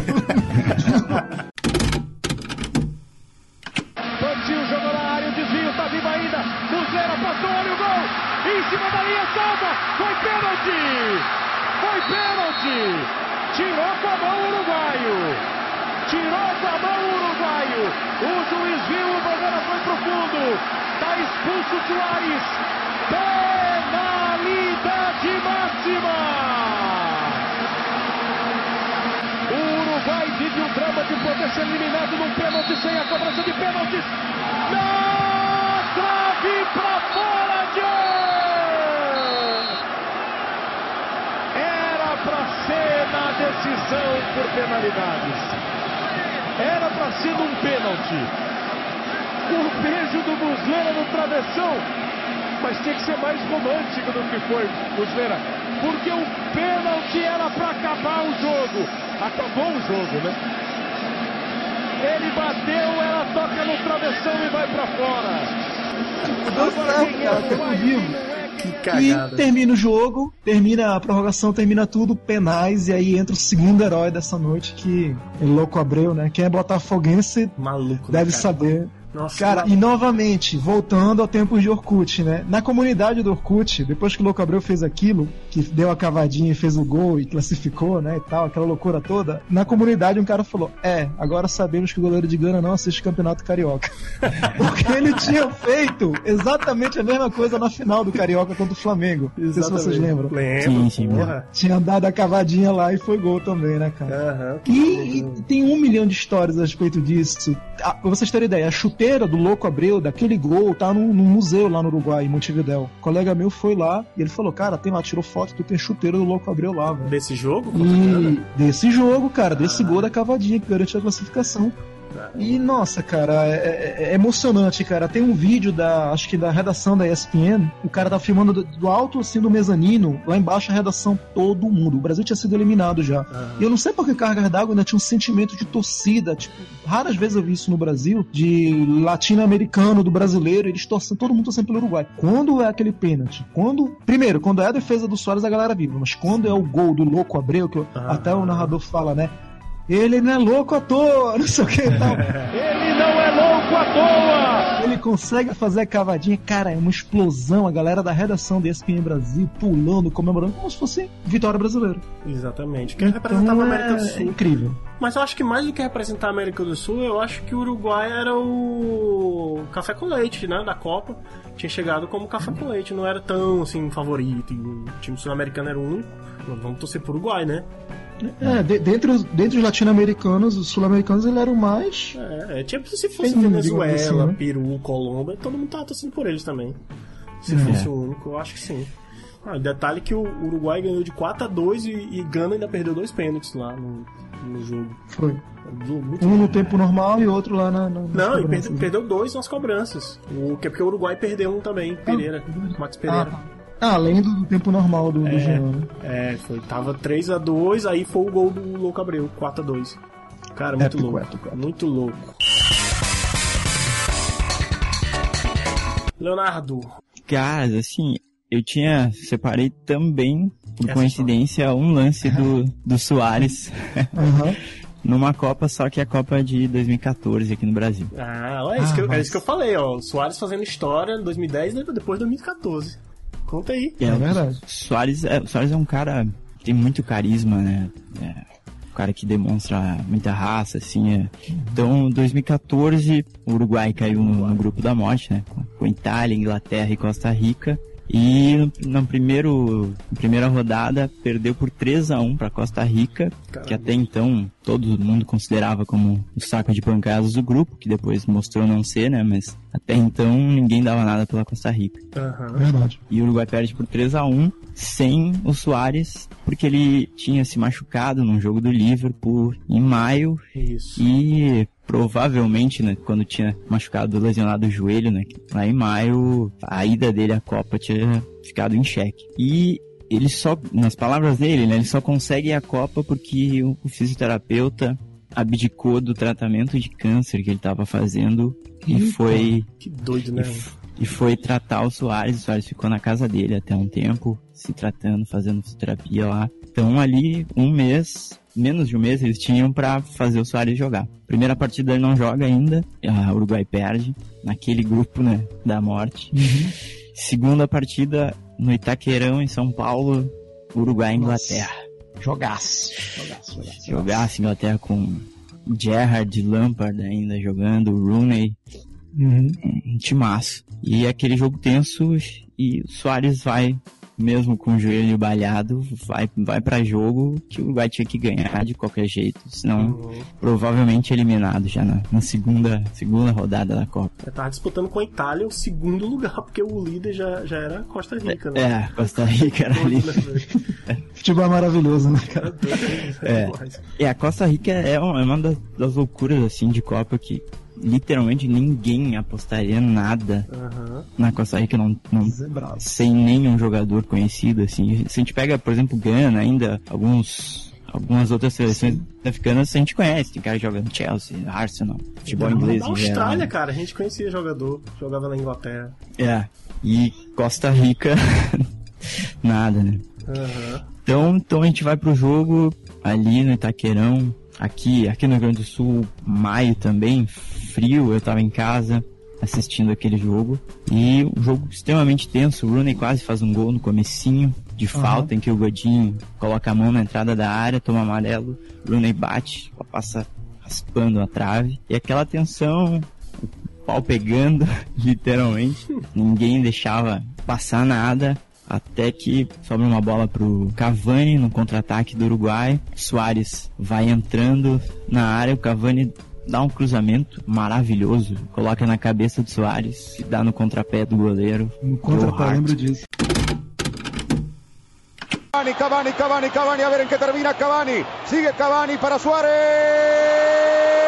Partiu, jogou na área, o desvio, tá vivo ainda. Muslera passou, olha o gol. Em cima da linha, salva. Foi pênalti. Foi pênalti. Tirou com a mão o uruguaio. Tirou com a mão o uruguaio. O juiz viu, o Bandeira foi pro fundo. Tá expulso o Soares. Penalidade máxima. O Uruguai vive um drama de poder ser eliminado num pênalti sem a cobrança de pênaltis. Na trave pra fora de... Era pra ser na decisão por penalidades. Era pra ser num pênalti. O beijo do Muslera no travessão. Mas tinha que ser mais romântico do que foi, Muslera. Porque o pênalti era pra acabar o jogo. Acabou o jogo, né? Ele bateu, ela toca no travessão e vai pra fora. Tudo certo, cara, tô vivo. Que cagada. E termina o jogo, termina a prorrogação, termina tudo, penais, e aí entra o segundo herói dessa noite, que é Louco Abreu, né? Quem é botafoguense maluco, deve né, saber. Nossa, cara, e novamente, voltando ao tempos de Orkut, né? Na comunidade do Orkut, depois que o Louco Abreu fez aquilo, que deu a cavadinha e fez o gol e classificou, né, e tal, aquela loucura toda, na comunidade um cara falou, é, agora sabemos que o goleiro de Gana não assiste Campeonato Carioca. Porque ele tinha feito exatamente a mesma coisa na final do Carioca contra o Flamengo. Exatamente. Não sei se vocês lembram. Lembro. Sim, sim, tinha dado a cavadinha lá e foi gol também, né, cara? Uhum, e, e tem um milhão de histórias a respeito disso. Ah, pra vocês terem ideia, a chuteira do Louco Abreu, daquele gol, tá num, num museu lá no Uruguai, em Montevidéu. O colega meu foi lá e ele falou, cara, tem lá, tirou foto, tu tem a chuteira do Louco Abreu lá, velho. Desse jogo? E desse jogo, cara, desse ah. gol da cavadinha que garantiu a classificação. E, nossa, cara, é, é, é emocionante, cara. Tem um vídeo da, acho que da redação da E S P N, o cara tá filmando do, do alto, assim, do mezanino, lá embaixo a redação, todo mundo. O Brasil tinha sido eliminado já. Ah. E eu não sei porque Cargas d'Água ainda tinha um sentimento de torcida, tipo, raras vezes eu vi isso no Brasil, de latino-americano, do brasileiro, eles torcendo, todo mundo torcendo pelo Uruguai. Quando é aquele pênalti? Quando, primeiro, quando é a defesa do Soares, a galera vive, mas quando é o gol do Louco Abreu, que ah. até o narrador fala, né? Ele não é louco à toa, não sei o que e tal. Ele não é louco à toa! Ele consegue fazer a cavadinha, cara, é uma explosão. A galera da redação da E S P N Brasil pulando, comemorando, como se fosse vitória brasileira. Exatamente. Que representava a América do Sul. É incrível. Mas eu acho que mais do que representar a América do Sul, eu acho que o Uruguai era o café com leite, né, da Copa. Tinha chegado como café com leite, não era tão, assim, favorito. E o time sul-americano era o único. Vamos torcer pro Uruguai, né? É, de, dentre, os, dentre os latino-americanos, os sul-americanos, ele era o mais... É, é tipo se fosse Tem, Venezuela, assim, né? Peru, Colômbia, todo mundo tava torcendo por eles também. Se é. fosse o único, eu acho que sim. Ah, detalhe que o Uruguai ganhou de quatro a dois e, e Gana ainda perdeu dois pênaltis lá no, no jogo. Foi. Muito um bom. No tempo normal e outro lá na... na Não, e perdeu, perdeu dois nas cobranças. O, que é porque o Uruguai perdeu um também, Pereira, ah, Max Pereira. Ah. Ah, além do tempo normal do, é, do Jean, né? É, foi, tava três a dois, aí foi o gol do Louco Abreu, quatro a dois. Cara, muito épico, louco. Épico, épico. Muito louco. Leonardo. Cara, assim, eu tinha, separei também, por Essa coincidência, história. um lance do, do Soares. Uhum. Numa Copa, só que é a Copa de dois mil e catorze aqui no Brasil. Ah, é isso, ah, que, eu, mas... é isso que eu falei, ó. O Soares fazendo história em dois mil e dez e depois de dois mil e catorze. Conta aí. É, é verdade. Soares é, Soares é um cara que tem muito carisma, né? É um cara que demonstra muita raça, assim. É. Então, em dois mil e catorze, o Uruguai caiu no, no grupo da morte, né? Com Itália, Inglaterra e Costa Rica. E no, no primeiro, na primeira rodada perdeu por três a um para Costa Rica, Caramba. que até então todo mundo considerava como o saco de pancadas do grupo, que depois mostrou não ser, né? Mas até então ninguém dava nada pela Costa Rica. Uhum. Verdade. E o Uruguai perde por três a um sem o Suárez, porque ele tinha se machucado num jogo do Liverpool em maio. Isso. E provavelmente, né, quando tinha machucado, lesionado o joelho, né, lá em maio, a ida dele à Copa tinha ficado em xeque. E ele só, nas palavras dele, né, ele só consegue ir à Copa porque o, o fisioterapeuta abdicou do tratamento de câncer que ele estava fazendo e Eita, foi... Que doido, né? E, e foi tratar o Suárez. O Suárez ficou na casa dele até um tempo, se tratando, fazendo fisioterapia lá. Então ali, um mês... menos de um mês eles tinham pra fazer o Suárez jogar. Primeira partida ele não joga ainda, o Uruguai perde, naquele grupo, né, da morte. Uhum. Segunda partida no Itaquerão, em São Paulo, Uruguai e Inglaterra. Jogaço. Jogaço, jogaço. Jogaço, Inglaterra com Gerrard, Lampard ainda jogando, Rooney, uhum. um timaço. E aquele jogo tenso, e o Suárez vai... mesmo com o joelho balhado, vai, vai pra jogo que o Uruguai tinha que ganhar de qualquer jeito, senão uhum. provavelmente eliminado já na, na segunda, segunda rodada da Copa. Eu tava disputando com a Itália o segundo lugar, porque o líder já, já era Costa Rica, né? É, Costa Rica era ali. Futebol é maravilhoso, né, cara? É, é, a Costa Rica é uma, é uma das, das loucuras, assim, de Copa que literalmente ninguém apostaria nada uhum. na Costa Rica, não, não, sem nenhum jogador conhecido, assim. Se a gente pega, por exemplo, Gana, ainda alguns, algumas outras seleções africanas a gente conhece, tem cara que joga no Chelsea, Arsenal, futebol inglês. Na Austrália, cara, a gente conhecia jogador, jogava na Inglaterra. É, e Costa Rica nada, né? Uhum. Então, então a gente vai pro jogo ali no Itaquerão. Aqui, aqui no Rio Grande do Sul, maio também, frio, eu tava em casa assistindo aquele jogo. E um jogo extremamente tenso, o Rooney quase faz um gol no comecinho de uhum. falta, em que o Godinho coloca a mão na entrada da área, toma amarelo, o Rooney bate, passa raspando a trave. E aquela tensão, o pau pegando, literalmente, ninguém deixava passar nada. Até que sobra uma bola pro Cavani no contra-ataque do Uruguai. Suárez vai entrando na área, o Cavani dá um cruzamento maravilhoso, coloca na cabeça do Suárez e dá no contrapé do goleiro. No contrapé, lembro disso. Cavani, Cavani, Cavani, Cavani, a ver em que termina Cavani. Sigue Cavani para Suárez.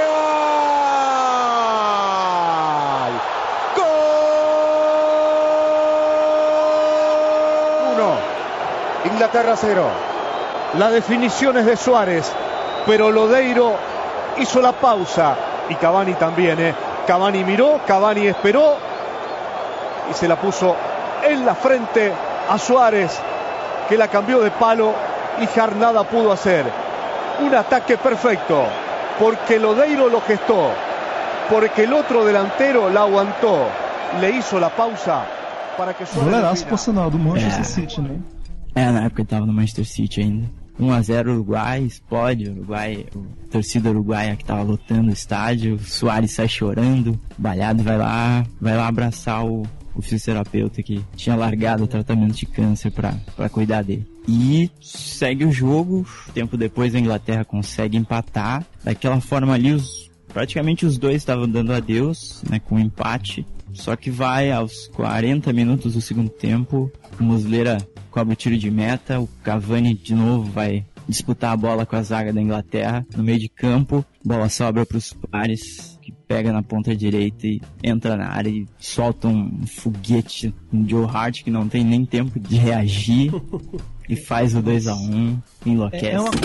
Inglaterra cero. La definición es de Suárez, pero Lodeiro hizo la pausa y Cavani también, ¿eh? Cavani miró, Cavani esperó y se la puso en la frente a Suárez, que la cambió de palo y Jarnada pudo hacer un ataque perfecto, porque Lodeiro lo gestó, porque el otro delantero la aguantó, le hizo la pausa para que Suárez... Goleiraço, por sinal, do Manchester é. City, né? É, na época ele tava no Manchester City ainda. um a zero Uruguai, explode o Uruguai, a torcida uruguaia que tava lotando o estádio, o Suárez sai chorando, balhado, vai lá, vai lá abraçar o, o fisioterapeuta que tinha largado o tratamento de câncer pra, pra cuidar dele. E segue o jogo, tempo depois a Inglaterra consegue empatar, daquela forma ali os, praticamente os dois estavam dando adeus, né, com um empate, só que vai aos quarenta minutos do segundo tempo, o Muslera cobra o tiro de meta, o Cavani de novo vai disputar a bola com a zaga da Inglaterra no meio de campo, bola sobra para os Suárez, que pega na ponta direita e entra na área e solta um foguete no Joe Hart, que não tem nem tempo de reagir, e faz o dois a um, enlouquece. É uma...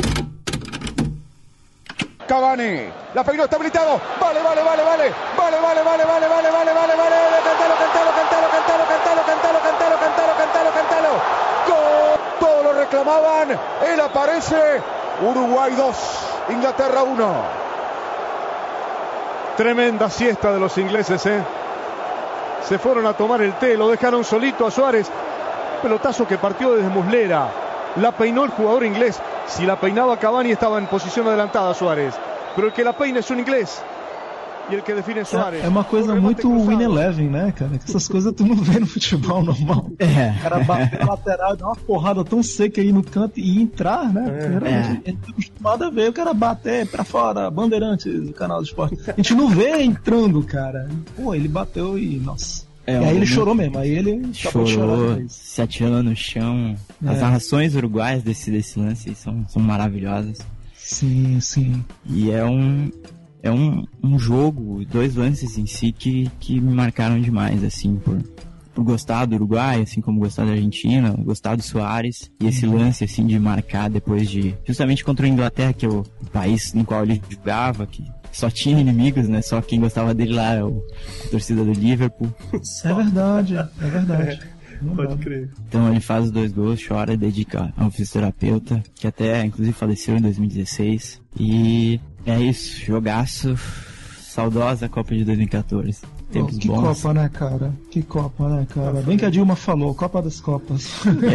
Cavani, la peinó, está habilitado, vale, vale, vale, vale, vale, vale, vale, vale, vale, vale, vale, vale, cantalo, cantalo, cantalo, cantalo, cantalo, cantalo, cantalo, cantalo, cantalo, cantalo, gol, todos lo reclamaban, él aparece, Uruguay dos, Inglaterra uno. Tremenda siesta de los ingleses, eh. Se fueron a tomar el té, lo dejaron solito a Suárez, pelotazo que partió desde Muslera, la peinó el jugador inglés. Si la peinaba Cavani estaba en posición adelantada Suárez, pero el que la peina es un inglés. Y el que define es Suárez. É uma coisa muito win eleven, né, cara? Que essas coisas tu não vê no futebol normal. É. O cara bate na lateral e dá uma porrada tão seca aí no canto e entrar, né? É. A gente tá acostumado a ver o cara bater pra fora, Bandeirantes, do canal do esporte. A gente não vê entrando, cara. Pô, ele bateu e, nossa. É, e aí ele um... chorou mesmo, aí ele chorou, chorar, se atirando no chão. É. As narrações uruguaias desse, desse lance são, são maravilhosas. Sim, sim. E é um... É um, um jogo, dois lances em si que, que me marcaram demais, assim, por, por gostar do Uruguai, assim como gostar da Argentina, gostar do Suárez, e esse lance, assim, de marcar depois de... Justamente contra a Inglaterra, que é o, o país no qual ele jogava, que só tinha inimigos, né? Só quem gostava dele lá era o, a torcida do Liverpool. É verdade, é verdade. É, pode crer. Então ele faz os dois gols, chora e dedica ao fisioterapeuta, que até, inclusive, faleceu em dois mil e dezesseis. E... é isso, jogaço, saudosa Copa de dois mil e quatorze. Tempos oh, que bons. Copa, né, cara? Que Copa, né, cara? Bem que a Dilma falou, Copa das Copas.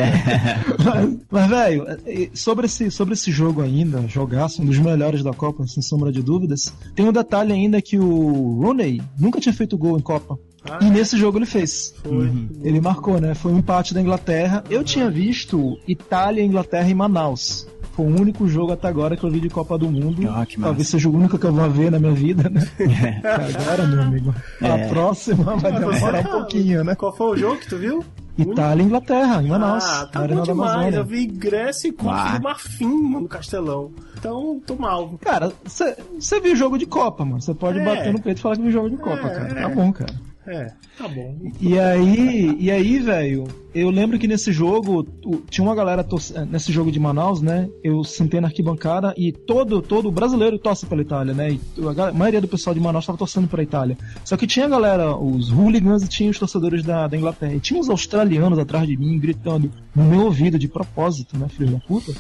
É. mas, mas velho, sobre esse, sobre esse jogo ainda, jogaço, um dos melhores da Copa, sem sombra de dúvidas, tem um detalhe ainda que o Rooney nunca tinha feito gol em Copa. Ah, e nesse jogo ele fez. Foi. Uhum. Ele marcou, né? Foi um empate da Inglaterra. Eu tinha visto Itália e Inglaterra em Manaus. Foi o único jogo até agora que eu vi de Copa do Mundo. Oh, Talvez seja o único que eu vou ver na minha vida, né? É. Agora, meu amigo. É. A próxima vai demorar um pouquinho, né? Qual foi o jogo que tu viu? Itália e Inglaterra, em Manaus. Ah, tá bom demais. Eu vi Grécia e Costa do Marfim no Castelão. Então, tô mal. Cara, você viu jogo de Copa, mano. Você pode é. bater no peito e falar que viu jogo de Copa, é, cara. Tá bom, cara. É, tá bom. E aí, e aí, velho, eu lembro que nesse jogo, tinha uma galera, torce, nesse jogo de Manaus, né, eu sentei na arquibancada e todo, todo brasileiro torce pela Itália, né, e a maioria do pessoal de Manaus estava torcendo pra Itália. Só que tinha a galera, os hooligans e tinha os torcedores da, da Inglaterra. E tinha uns australianos atrás de mim, gritando no meu ouvido, de propósito, né, filho da puta.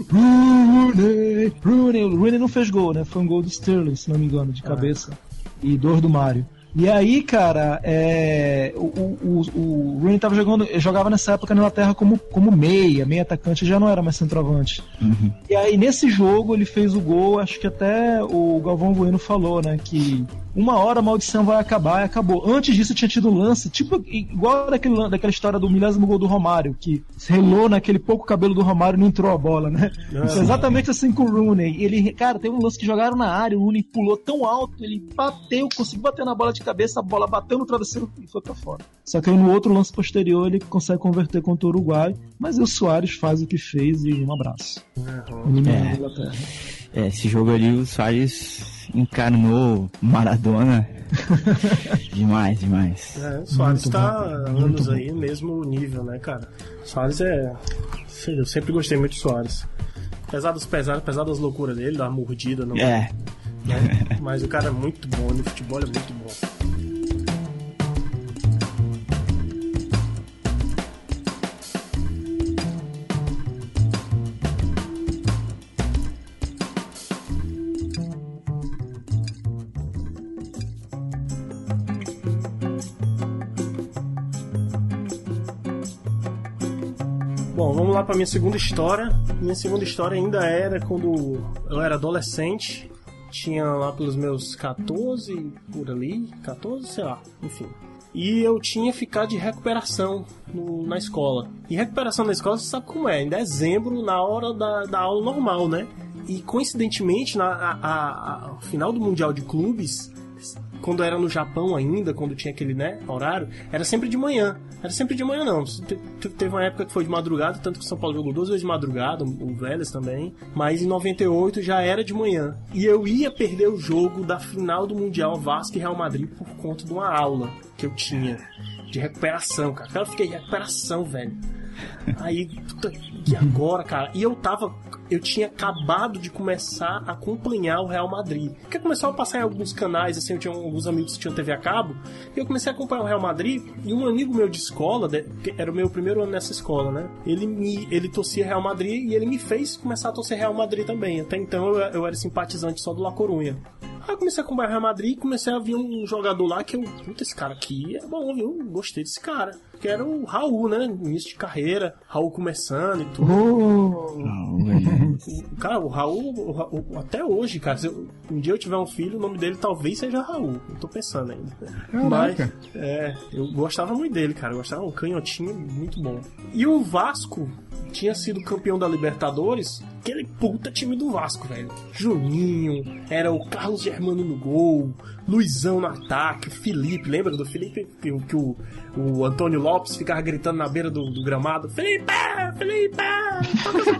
Rooney, Rooney, o Rooney não fez gol, né, foi um gol do Sterling, se não me engano, de cabeça. E dor do Mário. E aí, cara, é, o, o, o Rooney tava jogando, jogava nessa época na Inglaterra como, como meia, meia atacante, já não era mais centroavante. Uhum. E aí, nesse jogo, ele fez o gol, acho que até o Galvão Bueno falou, né, que uma hora a maldição vai acabar, e acabou. Antes disso tinha tido um lance, tipo, igual daquele, daquela história do milésimo gol do Romário, que relou naquele pouco cabelo do Romário e não entrou a bola, né? Uhum. Exatamente assim com o Rooney. Ele, cara, teve um lance que jogaram na área, o Rooney pulou tão alto, ele bateu, conseguiu bater na bola de cabeça, a bola bateu no travesseiro e foi pra fora. Só que aí no outro lance posterior ele consegue converter contra o Uruguai, mas o Suárez faz o que fez e um abraço. Uhum. É. É, esse jogo ali o Suárez encarnou Maradona demais, demais. É, o Suárez muito tá há anos aí, mesmo nível, né, cara? O Suárez é... Eu sempre gostei muito do Suárez. Apesar dos pesares, apesar das loucuras dele, da mordida, não... É. Né? Mas o cara é muito bom, no futebol é muito bom. Bom, vamos lá para minha segunda história. Minha segunda história ainda era quando eu era adolescente. Tinha lá pelos meus catorze, por ali, catorze, sei lá, enfim. E eu tinha ficado de recuperação no, na escola. E recuperação na escola, você sabe como é, em dezembro, na hora da, da aula normal, né? E coincidentemente, na a, a, a final do Mundial de Clubes, quando era no Japão ainda, quando tinha aquele, né, horário, era sempre de manhã. Era sempre de manhã, não. Teve uma época que foi de madrugada, tanto que o São Paulo jogou duas vezes de madrugada, o Vélez também. Mas em noventa e oito já era de manhã. E eu ia perder o jogo da final do Mundial Vasco e Real Madrid por conta de uma aula que eu tinha de recuperação, cara. Eu fiquei em recuperação, velho. Aí, e agora, cara? E eu tava... Eu tinha acabado de começar a acompanhar o Real Madrid. Porque começou a passar em alguns canais, assim, eu tinha alguns amigos que tinham T V a cabo, e eu comecei a acompanhar o Real Madrid, e um amigo meu de escola, que era o meu primeiro ano nessa escola, né? Ele, me, ele torcia Real Madrid, e ele me fez começar a torcer Real Madrid também. Até então eu, eu era simpatizante só do La Corunha. Aí eu comecei a acompanhar o Real Madrid e comecei a ver um jogador lá que eu... Puta, esse cara aqui é bom, viu? Gostei desse cara. Que era o Raul, né? Início de carreira. Raul começando e tudo. Oh. O, cara, o Raul, o, o, até hoje, cara, se eu, um dia eu tiver um filho, o nome dele talvez seja Raul. Eu tô pensando ainda. Caraca. Mas, é, eu gostava muito dele, cara. Eu gostava, um canhotinho muito bom. E o Vasco tinha sido campeão da Libertadores, aquele puta time do Vasco, velho. Juninho, era o Carlos Germano no gol, Luizão no ataque, o Felipe, lembra do Felipe? Que, que o, o Antônio Lopes ficava gritando na beira do, do gramado: Felipe! Felipe! Toca essa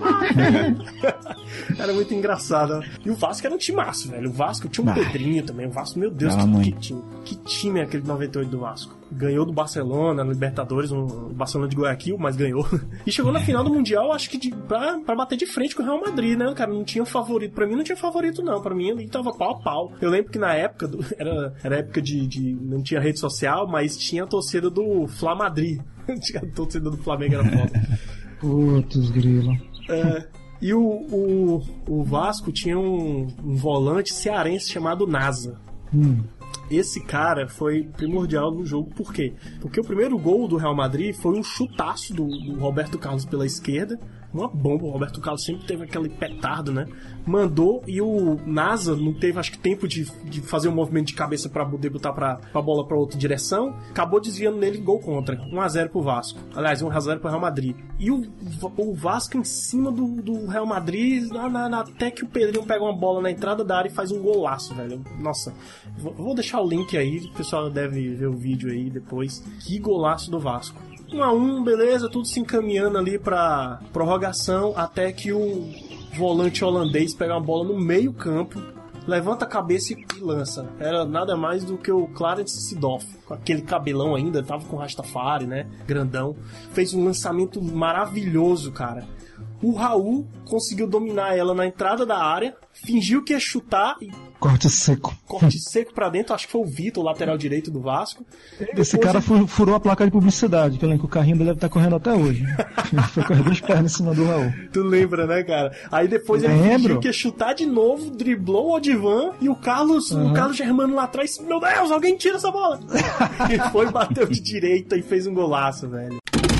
bola! Era muito engraçado. E o Vasco era um timaço, velho. O Vasco tinha um bah. Pedrinho também. O Vasco, meu Deus, que, que time. Que time é aquele noventa e oito do Vasco? Ganhou do Barcelona, na Libertadores, um Barcelona de Guayaquil, mas ganhou. E chegou na final do Mundial, acho que de, pra, pra bater de frente com o Real Madrid, né, cara? Não tinha favorito. Pra mim não tinha favorito, não. Pra mim ele tava pau a pau. Eu lembro que na época, do, era, era época de, de... não tinha rede social, mas tinha a torcida do Fla Madrid. Tinha a torcida do Flamengo, era foda. Putz, grilo. É... E o, o, o Vasco tinha um, um volante cearense chamado Nasa. Hum. Esse cara foi primordial no jogo. Por quê? Porque o primeiro gol do Real Madrid foi um chutaço do, do Roberto Carlos pela esquerda. Uma bomba. O Roberto Carlos sempre teve aquele petardo, né? Mandou, e o Nasa não teve, acho que, tempo de, de fazer um movimento de cabeça pra poder botar pra, pra bola pra outra direção. Acabou desviando nele, gol contra. um a zero pro Vasco. Aliás, um a zero pro Real Madrid. E o, o Vasco em cima do, do Real Madrid, na, na, até que o Pedrinho pega uma bola na entrada da área e faz um golaço, velho. Nossa, vou deixar o link aí, o pessoal deve ver o vídeo aí depois. Que golaço do Vasco. um a um, beleza, tudo se encaminhando ali pra prorrogação, até que o volante holandês pega uma bola no meio campo, levanta a cabeça e lança. Era nada mais do que o Clarence Seedorf, com aquele cabelão ainda, tava com Rastafari, né, grandão. Fez um lançamento maravilhoso, cara. O Raul conseguiu dominar ela na entrada da área, fingiu que ia chutar e... Corte seco. Corte seco pra dentro, acho que foi o Vitor, o lateral direito do Vasco. Esse cara ele... furou a placa de publicidade, que eu lembro que o carrinho dele deve estar correndo até hoje. Foi correr duas pernas em cima do Raul. Tu lembra, né, cara? Aí depois ele Lembro. fingiu que ia chutar de novo, driblou o Odivan e o Carlos, uhum. o Carlos Germano lá atrás, meu Deus, alguém tira essa bola! E foi, bateu de direita e fez um golaço, velho.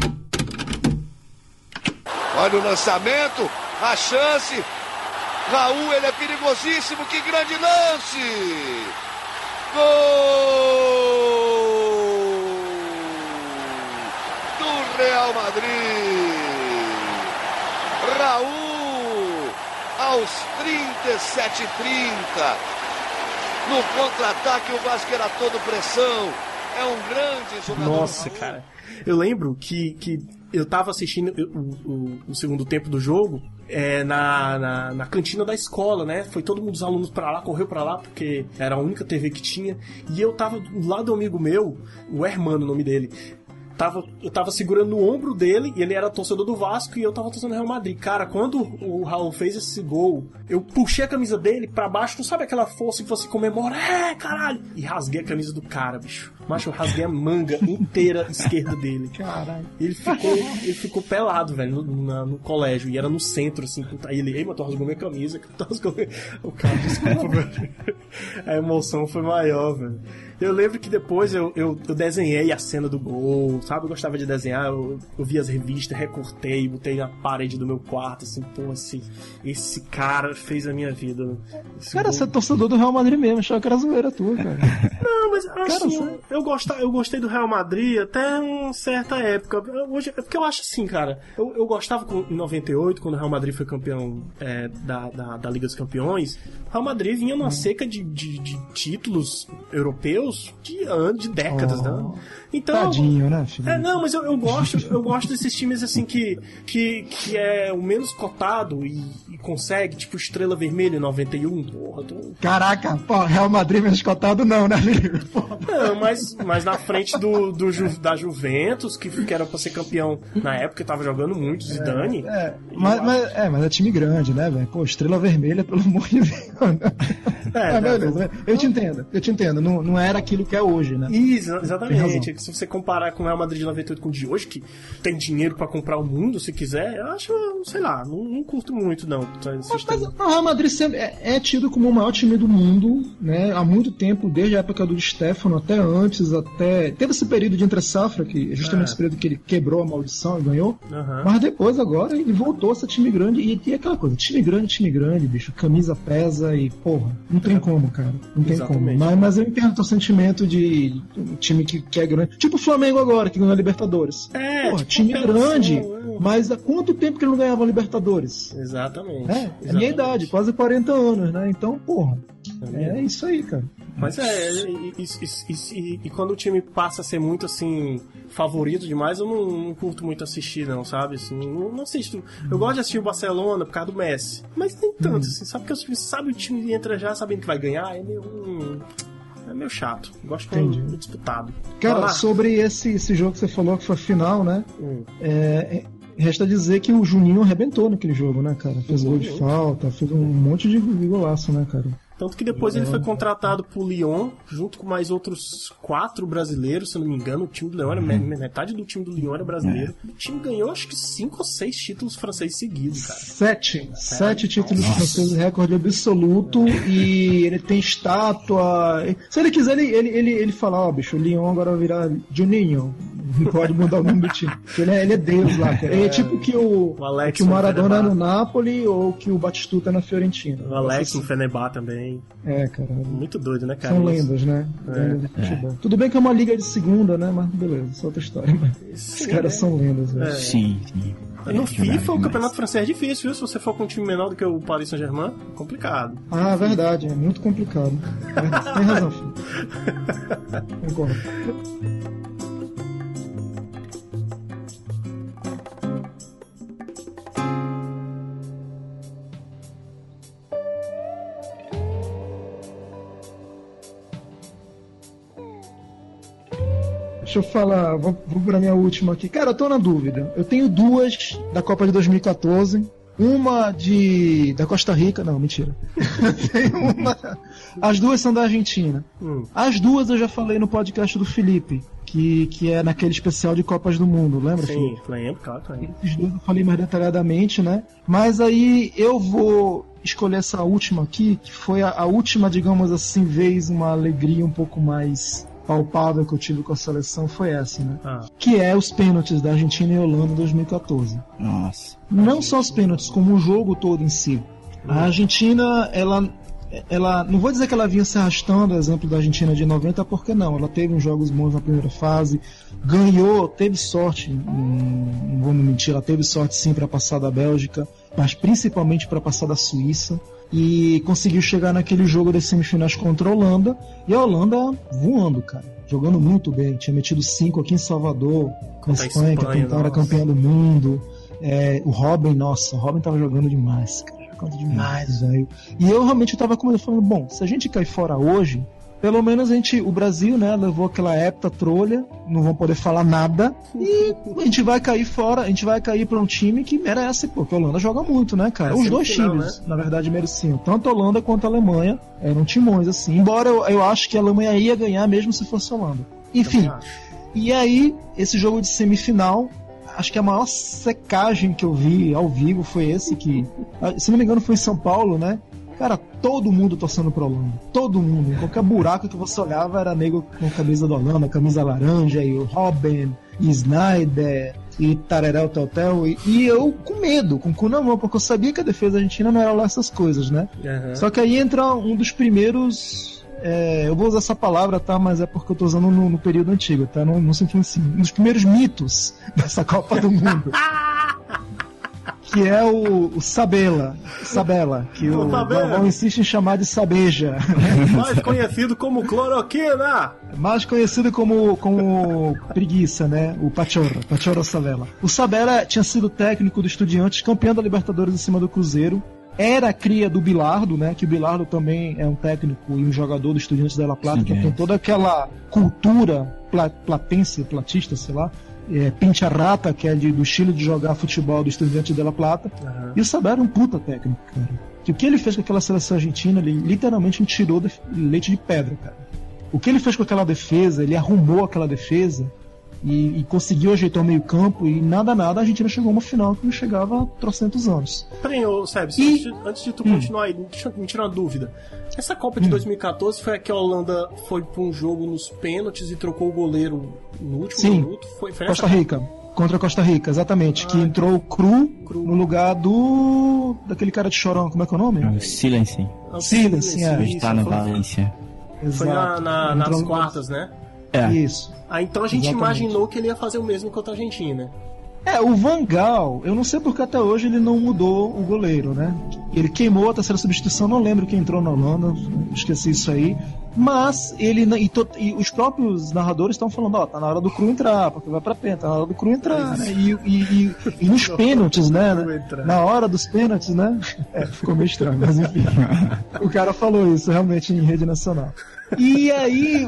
Olha o lançamento, a chance. Raul, ele é perigosíssimo, que grande lance! Gol do Real Madrid! Raul, aos trinta e sete e trinta, no contra-ataque o Vasco era todo pressão, é um grande jogador. Nossa, cara, eu lembro que... que... eu tava assistindo o, o, o segundo tempo do jogo é, na, na, na cantina da escola, né? Foi todo mundo dos alunos pra lá, correu pra lá, porque era a única T V que tinha. E eu tava do lado do amigo meu, o Hermano, o nome dele. Tava, eu tava segurando no ombro dele, e ele era torcedor do Vasco, e eu tava torcendo no Real Madrid. Cara, quando o Raul fez esse gol, eu puxei a camisa dele pra baixo, não sabe aquela força que você comemora? É, caralho! E rasguei a camisa do cara, bicho. Macho, eu rasguei a manga inteira esquerda dele. Caralho. Ele ficou, ele ficou pelado, velho, no, na, no colégio, e era no centro, assim. Aí ele, ei, mas tu rasgou minha camisa. Tu rasgou minha... O cara, desculpa, velho. A emoção foi maior, velho. Eu lembro que depois eu, eu, eu desenhei a cena do gol, sabe? Eu gostava de desenhar, eu, eu vi as revistas, recortei, botei na parede do meu quarto, assim, pô, assim, esse cara fez a minha vida. Esse cara, gol... você é torcedor do Real Madrid mesmo, achava que era zoeira tua, cara. Não, mas assim, cara, eu, eu, gostava, eu gostei do Real Madrid até uma certa época. Hoje, é porque eu acho assim, cara, eu, eu gostava com, em noventa e oito, quando o Real Madrid foi campeão é, da, da, da Liga dos Campeões, o Real Madrid vinha numa hum. seca de, de, de títulos europeus de anos, de décadas, oh, né? Então, tadinho, né, filho? É, não, mas eu, eu gosto, eu gosto desses times assim que, que, que é o menos cotado e, e consegue, tipo Estrela Vermelha em noventa e um, porra. Tô... Caraca, pô, Real Madrid menos cotado não, né, filho? Não, mas, mas na frente do, do Ju, da Juventus, que, que era pra ser campeão na época, tava jogando muito, Zidane. É, é, mas, mas, é, mas é time grande, né, velho? Pô, Estrela Vermelha, pelo amor de Deus, né? É, beleza. Eu te entendo, eu te entendo. Não, não era aquilo que é hoje, né? Isso, exatamente. Se você comparar com o Real Madrid de noventa e oito com o de hoje, que tem dinheiro pra comprar o mundo, se quiser, eu acho, sei lá, não, não curto muito, não. Mas, mas o Real Madrid sempre é, é tido como o maior time do mundo, né? Há muito tempo, desde a época do Stefano, até antes, até... Teve esse período de entre-safra, que é justamente é. esse período que ele quebrou a maldição e ganhou. Uhum. Mas depois, agora, ele voltou a ser time grande. E, e aquela coisa, time grande, time grande, bicho. Camisa pesa e, porra, não tem como, cara. Não tem Exatamente. como. Mas, mas eu entendo o teu sentimento de um time que, que é grande. Tipo o Flamengo agora, que ganhou a Libertadores. É, porra, tipo time grande, é. mas há quanto tempo que ele não ganhava a Libertadores? Exatamente. É, Exatamente. é minha idade, quase quarenta anos, né? Então, porra, é, é isso aí, cara. Mas é, e, e, e, e, e quando o time passa a ser muito, assim, favorito demais, eu não, não curto muito assistir, não, sabe? Assim, não, não assisto. Eu gosto de assistir o Barcelona por causa do Messi, mas nem tanto, hum. assim, sabe? Porque sabe o time entra já sabendo que vai ganhar, é meio... Hum, é meio chato. Gosto de um disputado. Cara, sobre esse, esse jogo que você falou, que foi a final, né? Hum. É... Resta dizer que o Juninho arrebentou naquele jogo, né, cara? Fez gol de falta, fez um monte de golaço, né, cara? Tanto que depois ele foi contratado pro Lyon, junto com mais outros quatro brasileiros, se eu não me engano. O time do Lyon era metade do time do Lyon era brasileiro. O time ganhou acho que cinco ou seis títulos franceses seguidos, cara. Sete. É, Sete títulos nossa. franceses, recorde absoluto. E ele tem estátua. Se ele quiser, ele, ele, ele, ele fala, ó, oh, bicho, o Lyon agora vai virar Juninho. Pode mudar o nome do time. Ele é, ele é Deus lá, cara. É, é tipo que o, o, Alex, que o Maradona é no Napoli ou que o Batistuta é na Fiorentina. O Alex no Fenerbahçe também. É, cara. Muito doido, né, cara? São lendas, né? É. Lendas de futebol. É. Tudo bem que é uma liga de segunda, né? Mas beleza, isso é outra história. Mas sim, os caras é. são lendas, velho. É. Sim, sim. No é, FIFA, o campeonato francês é difícil, viu? Se você for com um time menor do que o Paris Saint-Germain, é complicado. Ah, é verdade, é muito complicado. Tem razão, filho. Concordo. Deixa eu falar, vou, vou pra minha última aqui. Cara, eu tô na dúvida. Eu tenho duas da Copa de dois mil e quatorze. Uma de... da Costa Rica. Não, mentira. Tem uma... As duas são da Argentina. Hum. As duas eu já falei no podcast do Felipe, que, que é naquele especial de Copas do Mundo, lembra, Sim, Felipe? Sim, lembro, claro, claro. Esses dois eu falei mais detalhadamente, né? Mas aí eu vou escolher essa última aqui, que foi a, a última, digamos assim, vez uma alegria um pouco mais palpável que eu tive com a seleção, foi essa, né? Ah. Que é os pênaltis da Argentina e Holanda em dois mil e quatorze. Nossa. Não só os pênaltis, como o jogo todo em si. A Argentina, ela, ela... Não vou dizer que ela vinha se arrastando, exemplo da Argentina de noventa, porque não. Ela teve uns jogos bons na primeira fase, ganhou, teve sorte, não vou mentir, ela teve sorte sim para passar da Bélgica, mas principalmente para passar da Suíça. E conseguiu chegar naquele jogo das semifinais contra a Holanda. E a Holanda voando, cara. Jogando muito bem. Tinha metido cinco aqui em Salvador, na Espanha, Espanha, que era campeã do mundo. É, o Robin, nossa, o Robin tava jogando demais, cara. Jogando demais, velho. E eu realmente tava com ele falando, bom, se a gente cair fora hoje, pelo menos a gente, o Brasil, né, levou aquela hepta trolha, não vão poder falar nada, e a gente vai cair fora, a gente vai cair pra um time que merece, pô, porque a Holanda joga muito, né, cara? É Os dois final, times, né? Na verdade, mereciam, tanto a Holanda quanto a Alemanha, eram timões, assim, embora eu, eu acho que a Alemanha ia ganhar mesmo se fosse a Holanda. Enfim, e aí, esse jogo de semifinal, acho que a maior secagem que eu vi ao vivo foi esse que, se não me engano, foi em São Paulo, né? Cara, todo mundo torcendo pra Holanda. Todo mundo. Em qualquer buraco que você olhava era nego com a camisa da Holanda, camisa laranja, e o Robben, e Sneijder, e Tarerel Teltel. E, e eu com medo, com o cu na mão, porque eu sabia que a defesa argentina não era lá essas coisas, né? Uhum. Só que aí entra um dos primeiros... É, eu vou usar essa palavra, tá? Mas é porque eu tô usando no, no período antigo, tá? Não, não se influencia. Um dos primeiros mitos dessa Copa do Mundo. Que é o, o Sabela, Sabela, que o, o Galvão insiste em chamar de Sabeja. Mais conhecido como cloroquina. Mais conhecido como, como preguiça, né? O Pachorra, Pachorra Sabela. O Sabela tinha sido técnico do Estudiantes, campeão da Libertadores em cima do Cruzeiro. Era a cria do Bilardo, né? Que o Bilardo também é um técnico e um jogador do Estudiantes de La Plata, Sim, que é. tem toda aquela cultura pla, platense, platista, sei lá. É, Pincha-Rata, que é de, do estilo de jogar futebol do Estudiantes de La Plata. Uhum. E o Sabela era um puta técnico, cara. que o que ele fez com aquela seleção argentina, ele literalmente me tirou de leite de pedra, cara. O que ele fez com aquela defesa, ele arrumou aquela defesa e, e conseguiu ajeitar o meio campo e nada, nada, a Argentina chegou a uma final que não chegava há trocentos anos. Peraí, Sérgio, E- antes, de- antes de tu Hum. continuar aí, deixa eu me tirar uma dúvida. Essa Copa de Hum. dois mil e catorze foi a que a Holanda foi pra um jogo nos pênaltis e trocou o goleiro no último Sim. minuto? Foi, foi nessa Costa Rica. Contra a Costa Rica, exatamente. Ah, que entrou o Cru, Cru. no lugar do... daquele cara de chorão, como é que é o nome? O Silence. Ah, Sim, sim, é. isso, Está no foi- Valência. Foi na, na- nas Entrou- quartas, né? É. Isso. Ah, então a gente Exatamente. imaginou que ele ia fazer o mesmo contra a Argentina. É, o Van Gaal, eu não sei porque até hoje ele não mudou o goleiro, né? Ele queimou a terceira substituição, não lembro quem entrou na Holanda, esqueci isso aí. Mas ele e, to, e os próprios narradores estão falando, ó, tá na hora do Cru entrar, porque vai pra pênalti, tá na hora do Cru entrar, né? E, e, e, e nos pênaltis, né? Na hora dos pênaltis, né? É, ficou meio estranho, mas enfim. O cara falou isso realmente em rede nacional. E aí,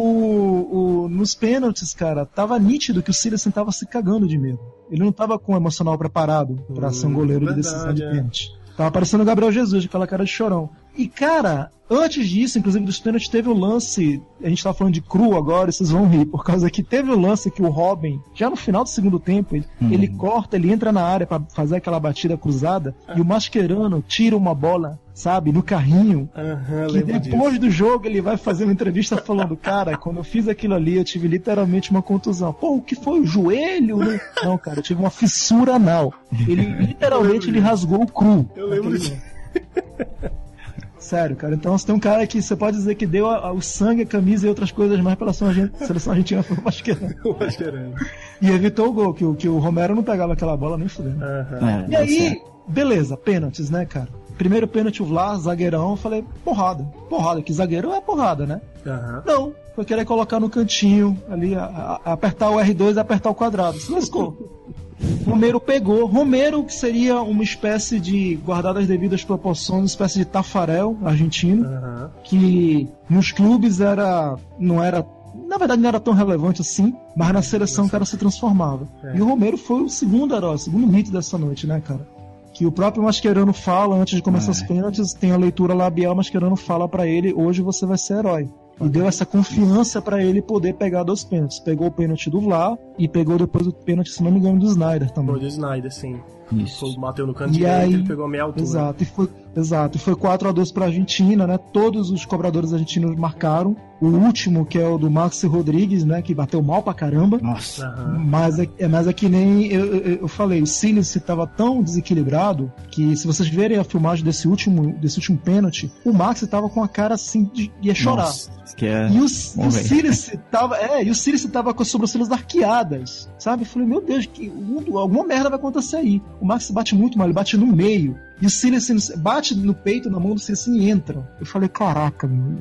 o, o, nos pênaltis, cara, tava nítido que o Silas tava se cagando de medo. Ele não tava com o emocional preparado pra ser um goleiro de decisão verdade, de é. pênalti. Tava parecendo o Gabriel Jesus, aquela cara de chorão. E, cara, antes disso, inclusive dos pênaltis, teve o lance. A gente tá falando de Cru agora, e vocês vão rir, por causa que teve o lance que o Robin, já no final do segundo tempo, ele, Hum. ele corta, ele entra na área pra fazer aquela batida cruzada, e o Mascherano tira uma bola, sabe, no carrinho. Aham, Que lembro depois disso. do jogo ele vai fazer uma entrevista falando, cara, quando eu fiz aquilo ali eu tive literalmente uma contusão. Pô, o que foi? O joelho? Né? Não, cara, eu tive uma fissura anal. Ele literalmente ele rasgou o Cru. Eu lembro naquele disso. momento. Sério, cara. Então você tem um cara que você pode dizer que deu a- a- o sangue, a camisa e outras coisas mais pela seleção argen- seleção argentina foi o Mascherano. Eu acho que era. E evitou o gol, que, o- que o Romero não pegava aquela bola nem fudendo. Aham. É, E deu aí, certo. beleza, pênaltis, né, cara? Primeiro pênalti o Vlar, zagueirão, eu falei, porrada, porrada, que zagueiro é porrada, né? Aham. Não, foi querer colocar no cantinho, ali, a- a- apertar o R dois e apertar o quadrado. Se lascou. Romero pegou. Romero, que seria uma espécie de, guardado as devidas proporções, uma espécie de Tafarel argentino, Aham. que nos clubes era, não era, na verdade não era tão relevante assim, mas na seleção o cara se transformava. É. E o Romero foi o segundo herói, o segundo mito dessa noite, né, cara? Que o próprio Mascherano fala, antes de começar É. os pênaltis, tem a leitura labial, o Mascherano fala pra ele, hoje você vai ser herói. E deu essa confiança pra ele poder pegar dois pênaltis. Pegou o pênalti do Vlar e pegou depois o pênalti, se não me engano, do Snyder também. Foi do Snyder, sim. Isso. Foi, bateu no canto E direito, aí- ele pegou a meia altura. Exato, e foi, exato, e foi quatro a dois pra Argentina, né? Todos os cobradores argentinos marcaram. O último, que é o do Maxi Rodrigues, né? Que bateu mal pra caramba. Nossa. Aham. Mas é, é- mas é que nem eu, eu, eu falei, o Silas estava tão desequilibrado que se vocês verem a filmagem desse último, desse último pênalti, o Max estava com a cara assim de ia chorar. Nossa, isso que é... E o, o Vamos ver. Silas tava, é, e o Silas tava com as sobrancelhas arqueadas, sabe? Eu falei, meu Deus, que, alguma merda vai acontecer aí. O Max bate muito mal, ele bate no meio. E o Silas bate no peito, na mão do Silas e entra. Eu falei, caraca, meu.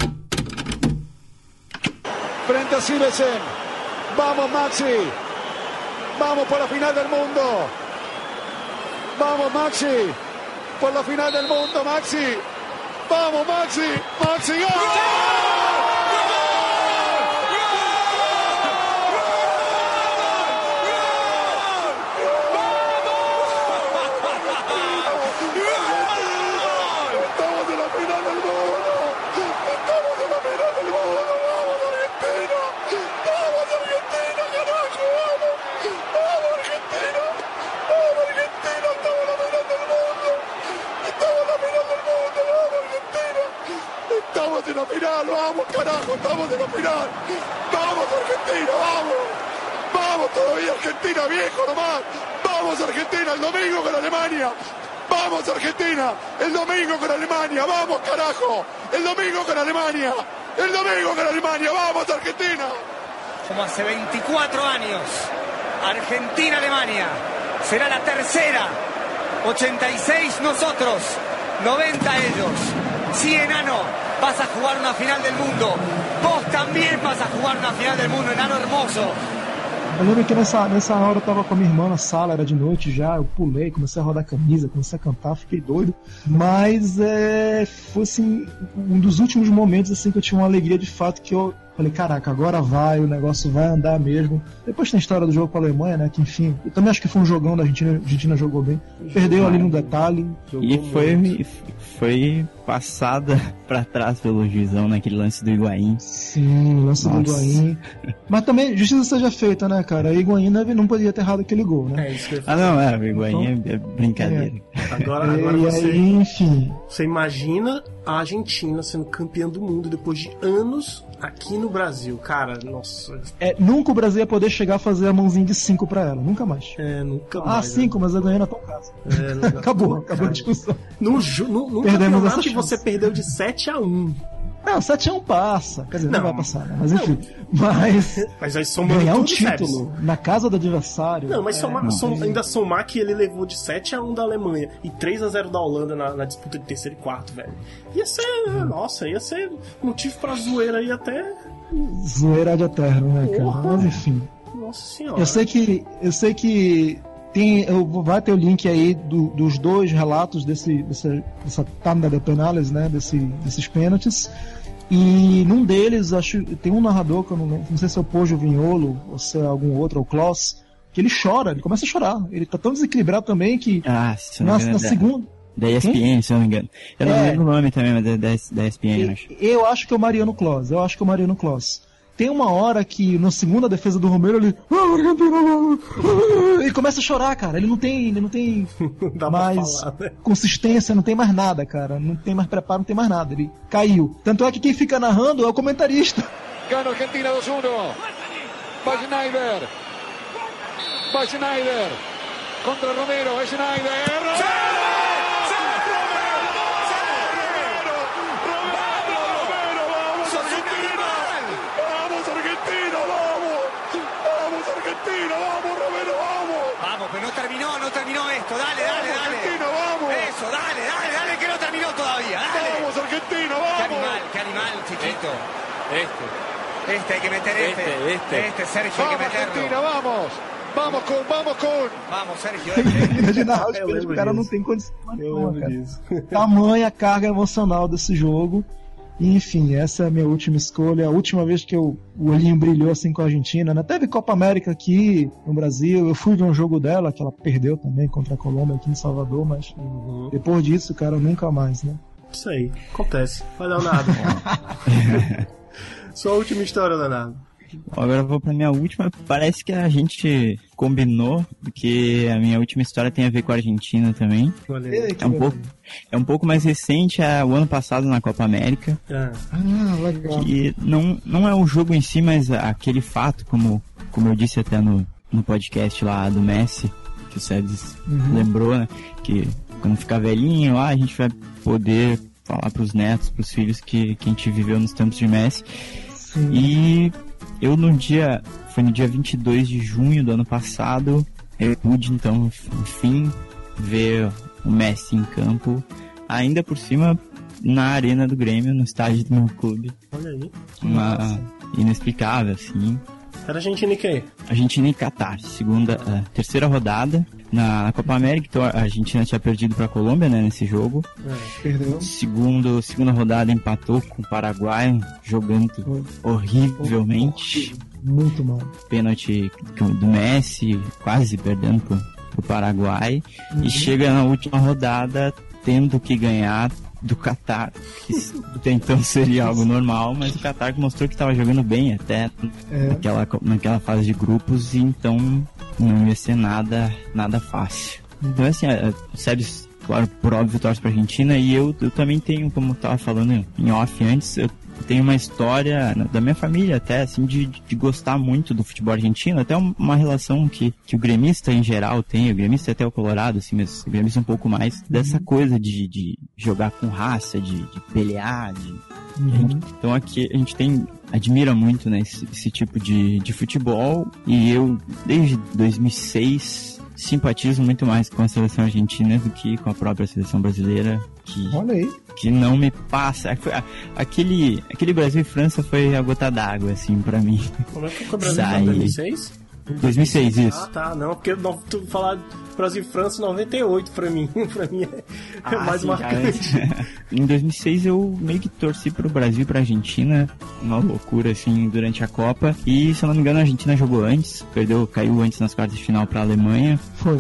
Frente a Silesen. Vamos, Maxi. Vamos por la final del mundo. Vamos, Maxi. Por la final del mundo, Maxi. Vamos, Maxi. Maxi, gol. Estamos en la final del mundo. Estamos en la final del mundo. Vamos, Argentina. Vamos, Argentina, carajo. Vamos. Vamos, Argentina. Vamos, Argentina. Estamos en la final del mundo. Estamos en la final del mundo. Vamos, Argentina. Estamos en la final. Vamos, carajo. Estamos en la final. Vamos, Argentina. Vamos. Vamos todavía, Argentina, viejo nomás. Vamos, Argentina, el domingo con Alemania. Vamos, Argentina, el domingo con Alemania. Vamos, carajo. El domingo con Alemania. El domingo con Alemania. Vamos, Argentina. Como hace veinticuatro años, Argentina-Alemania será la tercera. ochenta y seis nosotros, noventa ellos. Sí, enano, vas a jugar una final del mundo. Vos también vas a jugar una final del mundo, enano hermoso. Eu lembro que nessa, nessa hora eu tava com a minha irmã na sala, era de noite já, eu pulei, comecei a rodar a camisa, comecei a cantar, fiquei doido. Mas é, foi assim, um dos últimos momentos assim que eu tive uma alegria de fato que eu Falei, caraca, agora vai, o negócio vai andar mesmo. Depois tem a história do jogo com a Alemanha, né? Que enfim, eu também acho que foi um jogão da Argentina, a Argentina jogou bem. Perdeu ali no detalhe. E foi, foi passada pra trás pelo juizão naquele lance do Higuaín. Sim, o lance Nossa. do Higuaín. Mas também, justiça seja feita, né, cara? O Higuaín não podia ter errado aquele gol, né? É isso que eu Ah, não, é, o Higuaín então, é brincadeira. É. Agora, agora e você, aí, enfim. Você imagina a Argentina sendo campeã do mundo depois de anos aqui no Brasil, cara, nossa. É, nunca o Brasil ia poder chegar a fazer a mãozinha de cinco pra ela, nunca mais. É, nunca ah, mais. Ah, cinco, né? Mas eu ganhei na tua casa. É, não, acabou, acabou a discussão. No, no, no Perdemos campeonato essa que você perdeu de sete a um. Não, sete a um passa. Quer dizer, não, não vai passar, né? Mas enfim. Não. Mas. Mas aí somando ganhar um tudo, título Sérgio. Na casa do adversário. Não, mas é, somar, não, som, é... ainda somar que ele levou de sete a um da Alemanha e três a zero da Holanda na, na disputa de terceiro e quarto, velho. Ia ser. Hum. Nossa, ia ser motivo pra zoeira aí até. Zoeira de eterno, né, cara? Porra. Mas enfim. Nossa senhora. Eu sei que. Eu sei que. Tem, eu, vai ter o link aí do, dos dois relatos desse, dessa, dessa tanda de penales, né? Desse, desses pênaltis. E num deles, acho tem um narrador que eu não lembro, não sei se é o Pojo Vinholo ou se é algum outro, ou o Klaus, que ele chora, ele começa a chorar. Ele tá tão desequilibrado também que ah, se na, engano, na da, segunda. Da E S P N, hum? se eu não me engano. Eu não é, lembro o nome também, mas é da, da E S P N, eu acho. Eu acho que é o Mariano Klaus, eu acho que é o Mariano Klaus. Tem uma hora que, na segunda defesa do Romero, ele. Ele começa a chorar, cara. Ele não tem. Ele não tem não mais falar, né? consistência, não tem mais nada, cara. Não tem mais preparo, não tem mais nada. Ele caiu. Tanto é que quem fica narrando é o comentarista. Gana Argentina dois a um. Vai Schneider. Vai Schneider. Contra Romero. É Schneider. Romero! No terminó, no terminó esto, dale, dale, vamos, dale. Argentina, vamos. Eso, dale, dale, dale, que no terminó todavía, dale. Vamos, Argentina, vamos. Qué animal, qué animal, chiquito. Este. Este, hay que meter este. Este, este. Este, Sergio, vamos, hay que meterlo. Argentina, vamos. Vamos com, vamos com. Vamos, Sergio, este. Imaginar os Eu pênaltis, lembro o cara disso. não tem condição Eu nenhuma, lembro cara. disso. Tamanha carga emocional desse jogo. E, enfim, essa é a minha última escolha. A última vez que eu, o olhinho brilhou assim com a Argentina, né? Teve Copa América aqui no Brasil. Eu fui ver um jogo dela, que ela perdeu também contra a Colômbia aqui em Salvador, mas Uhum. depois disso, cara, nunca mais, né? Isso aí, acontece. Vai, Leonardo. Sua última história, Leonardo. Agora eu vou pra minha última. Parece que a gente combinou, porque a minha última história tem a ver com a Argentina também. Olha aí. É um pouco, é um pouco mais recente, é o ano passado na Copa América. Ah. Ah, legal. Que não, não é o jogo em si, mas aquele fato, como, como eu disse até no, no podcast lá do Messi, que o Sérgio Uhum. lembrou, né? Que quando ficar velhinho lá, a gente vai poder falar pros netos, pros filhos que, que a gente viveu nos tempos de Messi. Sim. E eu no dia, foi no dia vinte e dois de junho do ano passado, eu pude então, enfim, ver o Messi em campo, ainda por cima na arena do Grêmio, no estádio do meu clube. Olha aí. Uma Nossa. inexplicável, assim. Era Argentina e quem? Argentina e Catar, segunda, uh, terceira rodada na Copa América. Então a Argentina tinha perdido para a Colômbia, né, nesse jogo. É. Perdeu. Segundo, segunda rodada empatou com o Paraguai, jogando horrivelmente. Muito mal. Pênalti do Messi, quase perdendo pro, pro Paraguai. Uhum. E chega na última rodada tendo que ganhar do Catar, que até então seria algo normal, mas o Catar mostrou que estava jogando bem até É. naquela, naquela fase de grupos, e então não ia ser nada, nada fácil. Então assim, a- a- o Sérgio, claro, por óbvio, torce pra Argentina, e eu, eu também tenho, como eu tava falando em off antes, eu tenho uma história na- da minha família até, assim, de, de gostar muito do futebol argentino, até um- uma relação que, que o gremista em geral tem, o gremista até o Colorado, assim, mas o gremista um pouco mais, dessa coisa de, de jogar com raça, de, de pelear, de... A gente- então aqui a gente tem, admira muito, né, esse, esse tipo de, de futebol, e eu, desde dois mil e seis, simpatizo muito mais com a seleção argentina do que com a própria seleção brasileira, que, Olha aí. que não me passa. Foi- Aquele, aquele Brasil e França foi a gota d'água, assim, pra mim. Como é que foi o Brasil em Sai. dois mil e seis? dois mil e seis, isso. Ah, tá, não, porque não, tu falar Brasil e França noventa e oito pra mim, pra mim é, é ah, mais sim, marcante. Em dois mil e seis eu meio que torci pro Brasil e pra Argentina, uma loucura assim durante a Copa, e se eu não me engano a Argentina jogou antes, perdeu, caiu antes nas quartas de final pra Alemanha. Foi.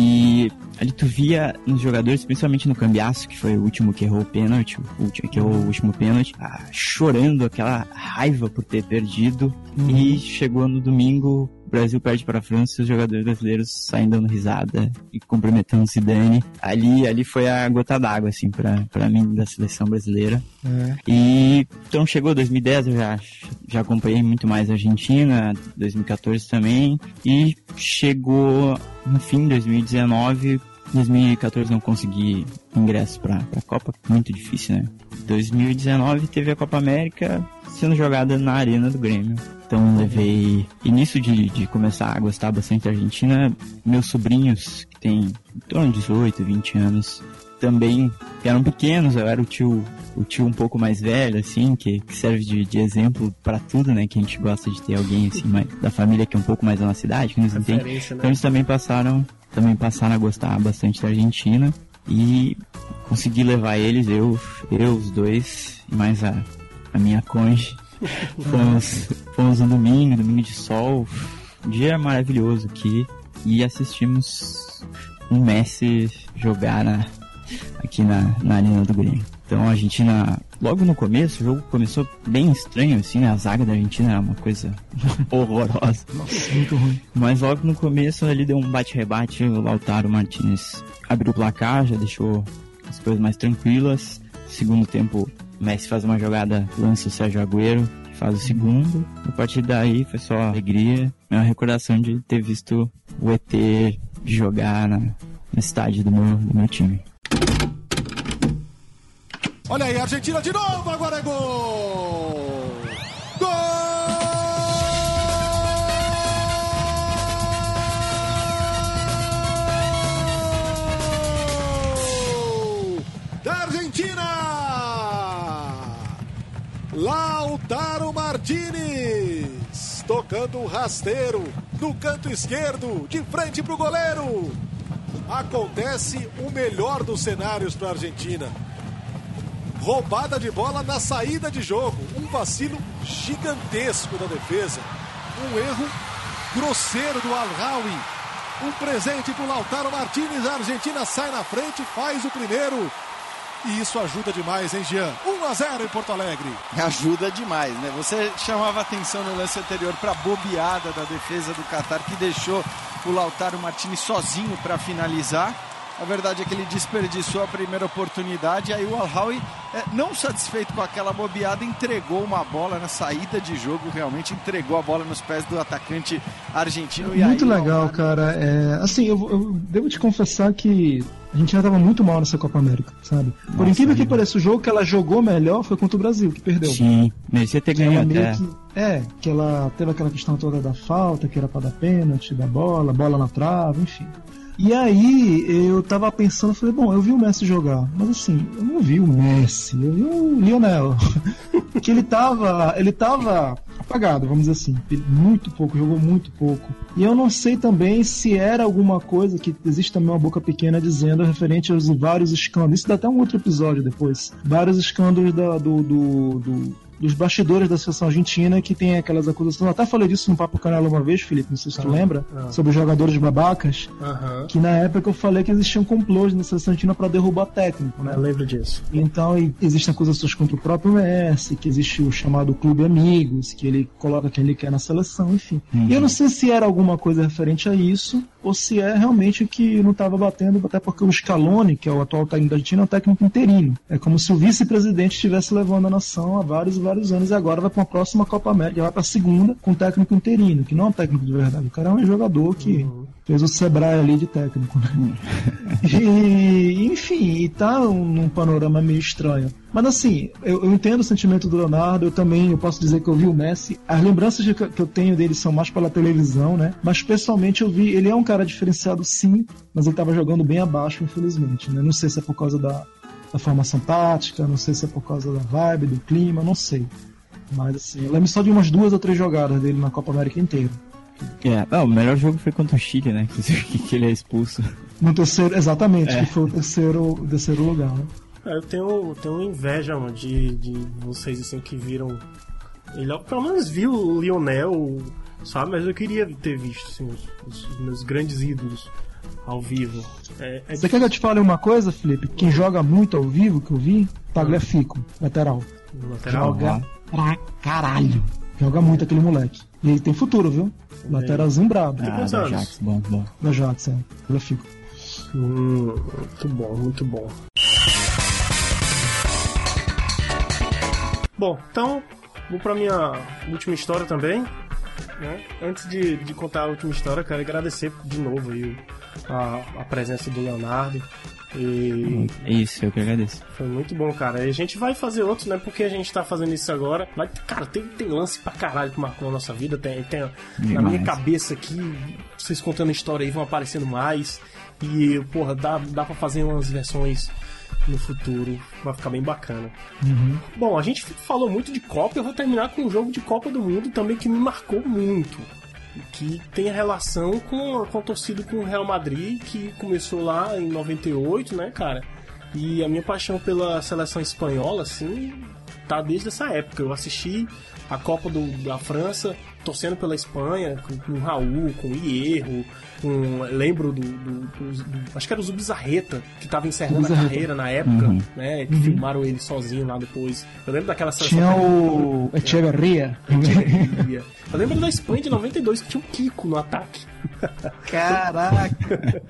E ali tu via nos jogadores, principalmente no Cambiasso, que foi o último que errou o pênalti, o último, que errou o último pênalti, ah, chorando aquela raiva por ter perdido. Uhum. E chegou no domingo, o Brasil perde para a França, os jogadores brasileiros saem dando risada e cumprimentando o Zidane. Ali, ali foi a gota d'água, assim, pra, pra mim, da seleção brasileira. É. E então chegou dois mil e dez, eu já, já acompanhei muito mais a Argentina, dois mil e catorze também, e chegou no fim de dois mil e dezenove, dois mil e catorze não consegui ingresso pra, pra Copa, muito difícil, né? dois mil e dezenove teve a Copa América sendo jogada na Arena do Grêmio. Então levei... E nisso de, de começar a gostar bastante da Argentina, meus sobrinhos, que têm em torno de dezoito, vinte anos, também eram pequenos, eu era o tio, o tio um pouco mais velho, assim, que, que serve de, de exemplo pra tudo, né? Que a gente gosta de ter alguém, assim, mais, da família que é um pouco mais da nossa idade, que nos entende. Né? Então eles também passaram, também passaram a gostar bastante da Argentina e consegui levar eles, eu, eu os dois, e mais a, a minha cônjuge. Fomos, fomos no domingo, domingo de sol, um dia maravilhoso aqui, e assistimos o Messi jogar na, aqui na, na Arena do Grêmio. Então a Argentina, logo no começo, o jogo começou bem estranho, assim, né? A zaga da Argentina era uma coisa horrorosa. Nossa, muito ruim. Mas logo no começo ele deu um bate-rebate, o Lautaro Martinez abriu o placar, já deixou as coisas mais tranquilas. Segundo tempo, o Messi faz uma jogada, lança o Sérgio Agüero, que faz o segundo. A partir daí foi só alegria. É uma recordação de ter visto o E T jogar na, no estádio do meu, do meu time. Olha aí, Argentina de novo, agora é gol! Gol! Da Argentina! Lautaro Martínez, tocando um rasteiro no canto esquerdo, de frente para o goleiro. Acontece o melhor dos cenários para a Argentina. Roubada de bola na saída de jogo, um vacilo gigantesco da defesa, um erro grosseiro do Al-Hawi, um presente para o Lautaro Martínez. A Argentina sai na frente, faz o primeiro. E isso ajuda demais, hein, Jean? um a zero em Porto Alegre. Ajuda demais, né? Você chamava atenção no lance anterior para a bobeada da defesa do Catar, que deixou o Lautaro Martínez sozinho para finalizar. A verdade é que ele desperdiçou a primeira oportunidade, e aí o Al-Hawi, é, não satisfeito com aquela bobeada, entregou uma bola na saída de jogo, realmente entregou a bola nos pés do atacante argentino. E muito aí, legal, Al-Hawi... cara. É, assim, eu, eu devo te confessar que a Argentina estava muito mal nessa Copa América, sabe? Por Nossa, incrível que pareça, o jogo que ela jogou melhor foi contra o Brasil, que perdeu. Sim, merecia ter ganhado até. Que, é, que ela teve aquela questão toda da falta, que era para dar pênalti, da bola, bola na trave, enfim. E aí eu tava pensando, falei, bom, eu vi o Messi jogar, mas assim, eu não vi o Messi, eu vi o Lionel, que ele tava, ele tava apagado, vamos dizer assim, muito pouco, jogou muito pouco. E eu não sei também se era alguma coisa, que existe também uma boca pequena dizendo referente aos vários escândalos, isso dá até um outro episódio depois, vários escândalos da, do, do, do dos bastidores da seleção argentina, que tem aquelas acusações. Eu até falei disso no Papo Canela uma vez, Felipe, não sei se tu ah, lembra, ah. sobre os jogadores babacas, uh-huh. que na época eu falei que existiam complôs na seleção argentina para derrubar técnico, né? Eu lembro disso. Então, existem acusações contra o próprio Messi, que existe o chamado Clube Amigos, que ele coloca quem ele quer na seleção, enfim. Uhum. E eu não sei se era alguma coisa referente a isso, ou se é realmente que não estava batendo, até porque o Scaloni, que é o atual técnico da Argentina, é um técnico interino. É como se o vice-presidente estivesse levando a nação há vários e vários anos, e agora vai para uma próxima Copa América, vai para a segunda com técnico interino, que não é um técnico de verdade. O cara é um jogador que uhum. fez o Sebrae ali de técnico, né? E, enfim, e tá um, num panorama meio estranho. Mas assim, eu, eu entendo o sentimento do Leonardo, eu também, eu posso dizer que eu vi o Messi. As lembranças de, que eu tenho dele são mais pela televisão, né? Mas pessoalmente eu vi, ele é um cara diferenciado sim, mas ele tava jogando bem abaixo, infelizmente, né? Não sei se é por causa da, da formação tática, não sei se é por causa da vibe, do clima, não sei. Mas assim, eu lembro só de umas duas ou três jogadas dele na Copa América inteira. É, não, o melhor jogo foi contra o Chile, né? Que, que ele é expulso. No terceiro, exatamente, É. que foi o terceiro, o terceiro lugar, né? É, eu tenho, tenho inveja, mano, de, de vocês assim que viram. Ele pelo menos viu o Lionel, sabe? Mas eu queria ter visto assim, os, os meus grandes ídolos ao vivo. É, é Você quer que eu te fale uma coisa, Felipe? Quem joga muito ao vivo, que eu vi, Tagliafico, lateral. lateral. Joga pra caralho. Joga muito aquele moleque. E ele tem futuro, viu? Lateralzinho brabo. Tem Ah, quantos da anos? Ajax, bom, bom. Da Ajax, é. Tagliafico. Hum, muito bom, muito bom. Bom, então, vou pra minha última história também. Né? Antes de, de contar a última história, eu quero agradecer de novo aí a, a presença do Leonardo. E Isso, eu que agradeço. foi muito bom, cara. E a gente vai fazer outros, né? Porque a gente tá fazendo isso agora. Vai, cara, tem, tem lance pra caralho que marcou a nossa vida. Tem, tem na Demais. minha cabeça aqui, vocês contando história aí vão aparecendo mais. E, porra, dá, dá pra fazer umas versões no futuro. Vai ficar bem bacana. Uhum. Bom, a gente falou muito de Copa. Eu vou terminar com um jogo de Copa do Mundo também que me marcou muito. Que tem a relação com, com a torcida com o Real Madrid, que começou lá em noventa e oito, né, cara? E a minha paixão pela seleção espanhola, assim, tá desde essa época. Eu assisti a Copa do, da França, torcendo pela Espanha, com, com o Raul, com o Hierro, com, lembro do, do, do, do acho que era o Zubizarreta, que tava encerrando Zubizarreta. a carreira na época, Uhum. né? Que filmaram ele sozinho lá depois. Eu lembro daquela seleção. Tinha o Echeverria. Echeverria. Eu lembro da Espanha de noventa e dois, que tinha um Kiko no ataque. Caraca!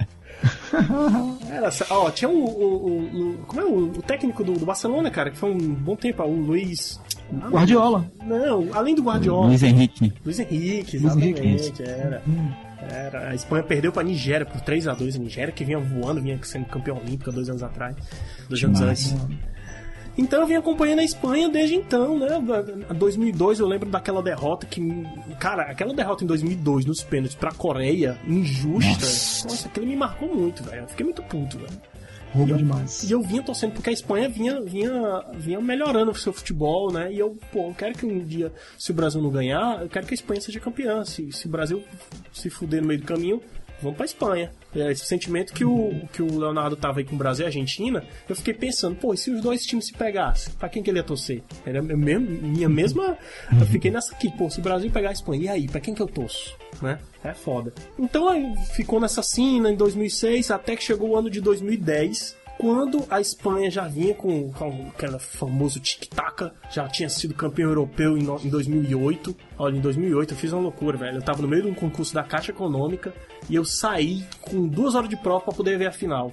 Era, ó, tinha o, o, o, o como é o, o técnico do, do Barcelona, cara, que foi um bom tempo, o Luiz ah, Guardiola. não, além do Guardiola, Luiz Henrique. Luiz Henrique, Luiz exatamente, Henrique. era. Era. A Espanha perdeu pra Nigéria por três a dois. A Nigéria que vinha voando, vinha sendo campeão olímpico há dois anos atrás, dois anos Demais. antes. Então eu vim acompanhando a Espanha desde então, né? Em dois mil e dois eu lembro daquela derrota que... Cara, aquela derrota em dois mil e dois nos pênaltis pra Coreia, injusta. Nossa, Nossa aquilo me marcou muito, velho. Eu fiquei muito puto, velho. Rouba demais. E eu vinha torcendo porque a Espanha vinha, vinha, vinha melhorando o seu futebol, né? E eu, pô, eu quero que um dia, se o Brasil não ganhar, eu quero que a Espanha seja campeã. Se, se o Brasil se fuder no meio do caminho, vamos pra Espanha. É esse sentimento que o, que o Leonardo tava aí com o Brasil e a Argentina, eu fiquei pensando, pô, e se os dois times se pegassem? Pra quem que ele ia torcer? Era a mesma, minha mesma... Eu fiquei nessa aqui, pô, se o Brasil pegar a Espanha, e aí, pra quem que eu torço? Né? É foda. Então aí ficou nessa cena em dois mil e seis, até que chegou o ano de dois mil e dez, quando a Espanha já vinha com, com aquele famoso tic-tac, já tinha sido campeão europeu em, no, em dois mil e oito. Olha, em dois mil e oito eu fiz uma loucura, velho. Eu tava no meio de um concurso da Caixa Econômica e eu saí com duas horas de prova pra poder ver a final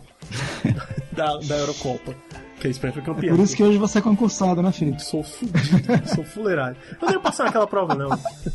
da, da Eurocopa. Que a Espanha foi campeã. Por isso que hoje você é concursado, né, Felipe? Sou fudido, sou fuleirado. Eu não ia passar naquela prova, não.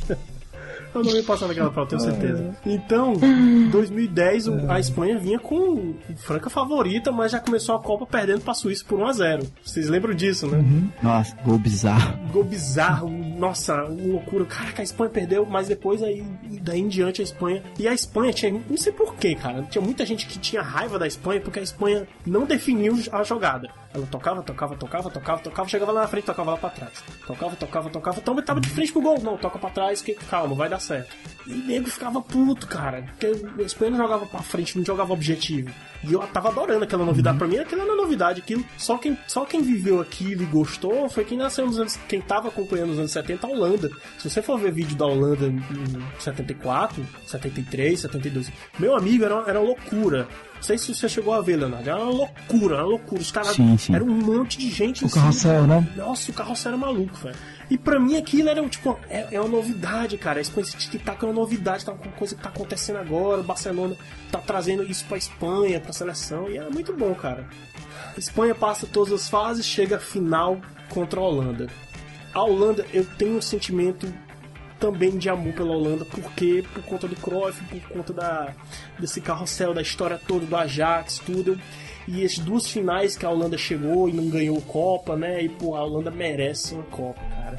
Eu não ia passar naquela prova, tenho certeza. Então, em dois mil e dez, a Espanha vinha com franca favorita, mas já começou a Copa perdendo pra Suíça por um a zero. Vocês lembram disso, né? Uhum. Nossa, gol bizarro. Gol bizarro, nossa, uma loucura. Caraca, a Espanha perdeu, mas depois aí, daí em diante a Espanha. E a Espanha tinha, não sei porquê, cara, tinha muita gente que tinha raiva da Espanha porque a Espanha não definiu a jogada. Ela tocava, tocava, tocava, tocava, tocava, chegava lá na frente, tocava lá pra trás. Tocava, tocava, tocava, então tava de frente pro gol. Não, toca pra trás, que calma, vai dar certo. E o nego ficava puto, cara, porque a Espanha não jogava pra frente, não jogava objetivo. E eu tava adorando aquela novidade. Pra mim, aquilo era novidade, aquilo. Só quem, só quem viveu aquilo e gostou foi quem nasceu nos anos. Quem tava acompanhando nos anos setenta, a Holanda. Se você for ver vídeo da Holanda em setenta e quatro, setenta e três, setenta e dois, meu amigo, era, era uma loucura. Não sei se você chegou a ver, Leonardo. Era uma loucura, era uma loucura. Os caras. Era um monte de gente. O carrossel, né? Nossa, o carrossel era maluco, velho. E pra mim aquilo era tipo, é, é uma novidade, cara. Esse tic-tac é uma novidade, tá uma coisa que tá acontecendo agora. O Barcelona tá trazendo isso pra Espanha, pra seleção. E é muito bom, cara. A Espanha passa todas as fases, chega à final contra a Holanda. A Holanda, eu tenho um sentimento também de amor pela Holanda, porque por conta do Cruyff, por conta da, desse carrossel, da história toda do Ajax, tudo. E as duas finais que a Holanda chegou e não ganhou Copa, né? E pô, a Holanda merece uma Copa, cara.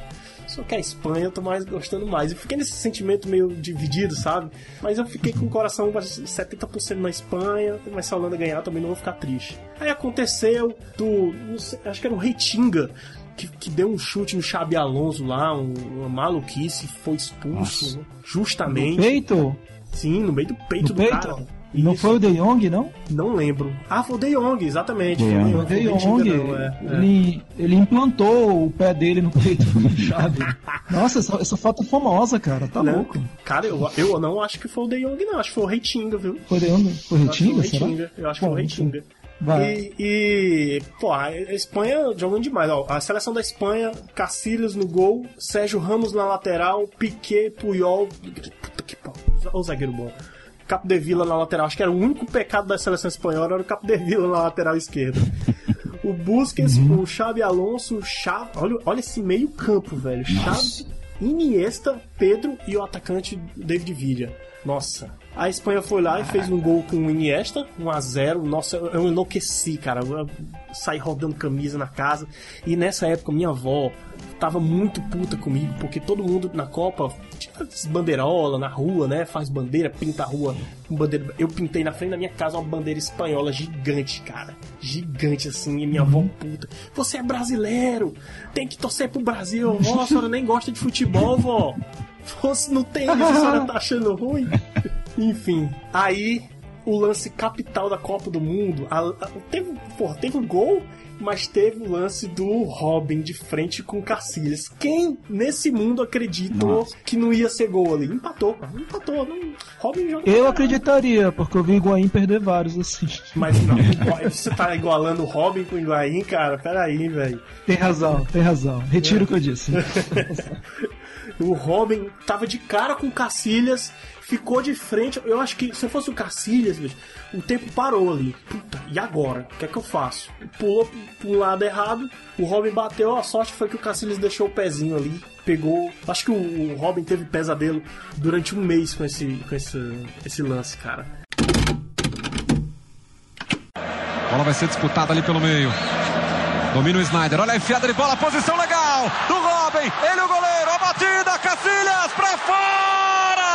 Só que a Espanha eu tô mais gostando mais. Eu fiquei nesse sentimento meio dividido, sabe? Mas eu fiquei com o coração setenta por cento na Espanha, mas se a Holanda ganhar também não vou ficar triste. Aí aconteceu do... Não sei, acho que era o Reitinga, que, que deu um chute no Xabi Alonso lá, um, uma maluquice, foi expulso, né? Justamente. No peito? Sim, no meio do peito no do peito? cara. Não Isso. foi o De Jong, não? Não lembro. Ah, foi o De Jong, exatamente. De Jong. O De Jong, é, ele, é. ele implantou o pé dele no peito do Xabi. Nossa, essa, essa foto é famosa, cara. Tá não. louco. Cara, eu, eu não acho que foi o De Jong, não. Acho que foi o Reitinga, viu? Foi o De Jong? Foi o Reitinga? Reitinga. Eu acho que foi o Reitinga. E, e, pô, a Espanha jogando demais. Ó, a seleção da Espanha, Casillas no gol, Sérgio Ramos na lateral, Piqué, Puyol. Puta que pau. O zagueiro bom. Capdevila na lateral. Acho que era o único pecado da seleção espanhola, era o Capdevila na lateral esquerda. O Busquets, uhum. o Xabi Alonso, o Xavi... Olha, olha esse meio campo, velho. Xavi, Iniesta, Pedro e o atacante David Villa. Nossa. A Espanha foi lá e fez um gol com o Iniesta, um a zero. Nossa, eu enlouqueci, cara. Eu saí rodando camisa na casa. E nessa época, minha avó tava muito puta comigo, porque todo mundo na Copa tinha bandeirola na rua, né? Faz bandeira, pinta a rua com bandeira. Eu pintei na frente da minha casa uma bandeira espanhola gigante, cara. Gigante, assim. E minha avó puta. Você é brasileiro! Tem que torcer pro Brasil. Vó, a senhora nem gosta de futebol, vó. Fosse no tênis, a senhora tá achando ruim? Enfim, aí o lance capital da Copa do Mundo, a, a, teve, porra, teve um gol, mas teve o lance do Robin de frente com o Casillas. Quem nesse mundo acreditou Nossa. que não ia ser gol ali? Empatou, cara. Empatou. Não, Robin joga. Eu acreditaria, porque eu vi o Higuaín perder vários assim. Mas não, você tá igualando o Robin com o Higuaín, cara? Peraí, velho. Tem razão, tem razão. Retiro é. o que eu disse. O Robin tava de cara com o Casillas, ficou de frente. Eu acho que se eu fosse o Casillas, bicho, o tempo parou ali. Puta, e agora? O que é que eu faço? Pulou para um lado errado, o Robin bateu, a sorte foi que o Casillas deixou o pezinho ali, pegou. Acho que o Robin teve pesadelo durante um mês com esse, com esse, esse lance, cara. A bola vai ser disputada ali pelo meio. Domina o Sneijder, olha a enfiada de bola, posição legal do Robin, ele o goleiro, a batida, Casillas pra fora!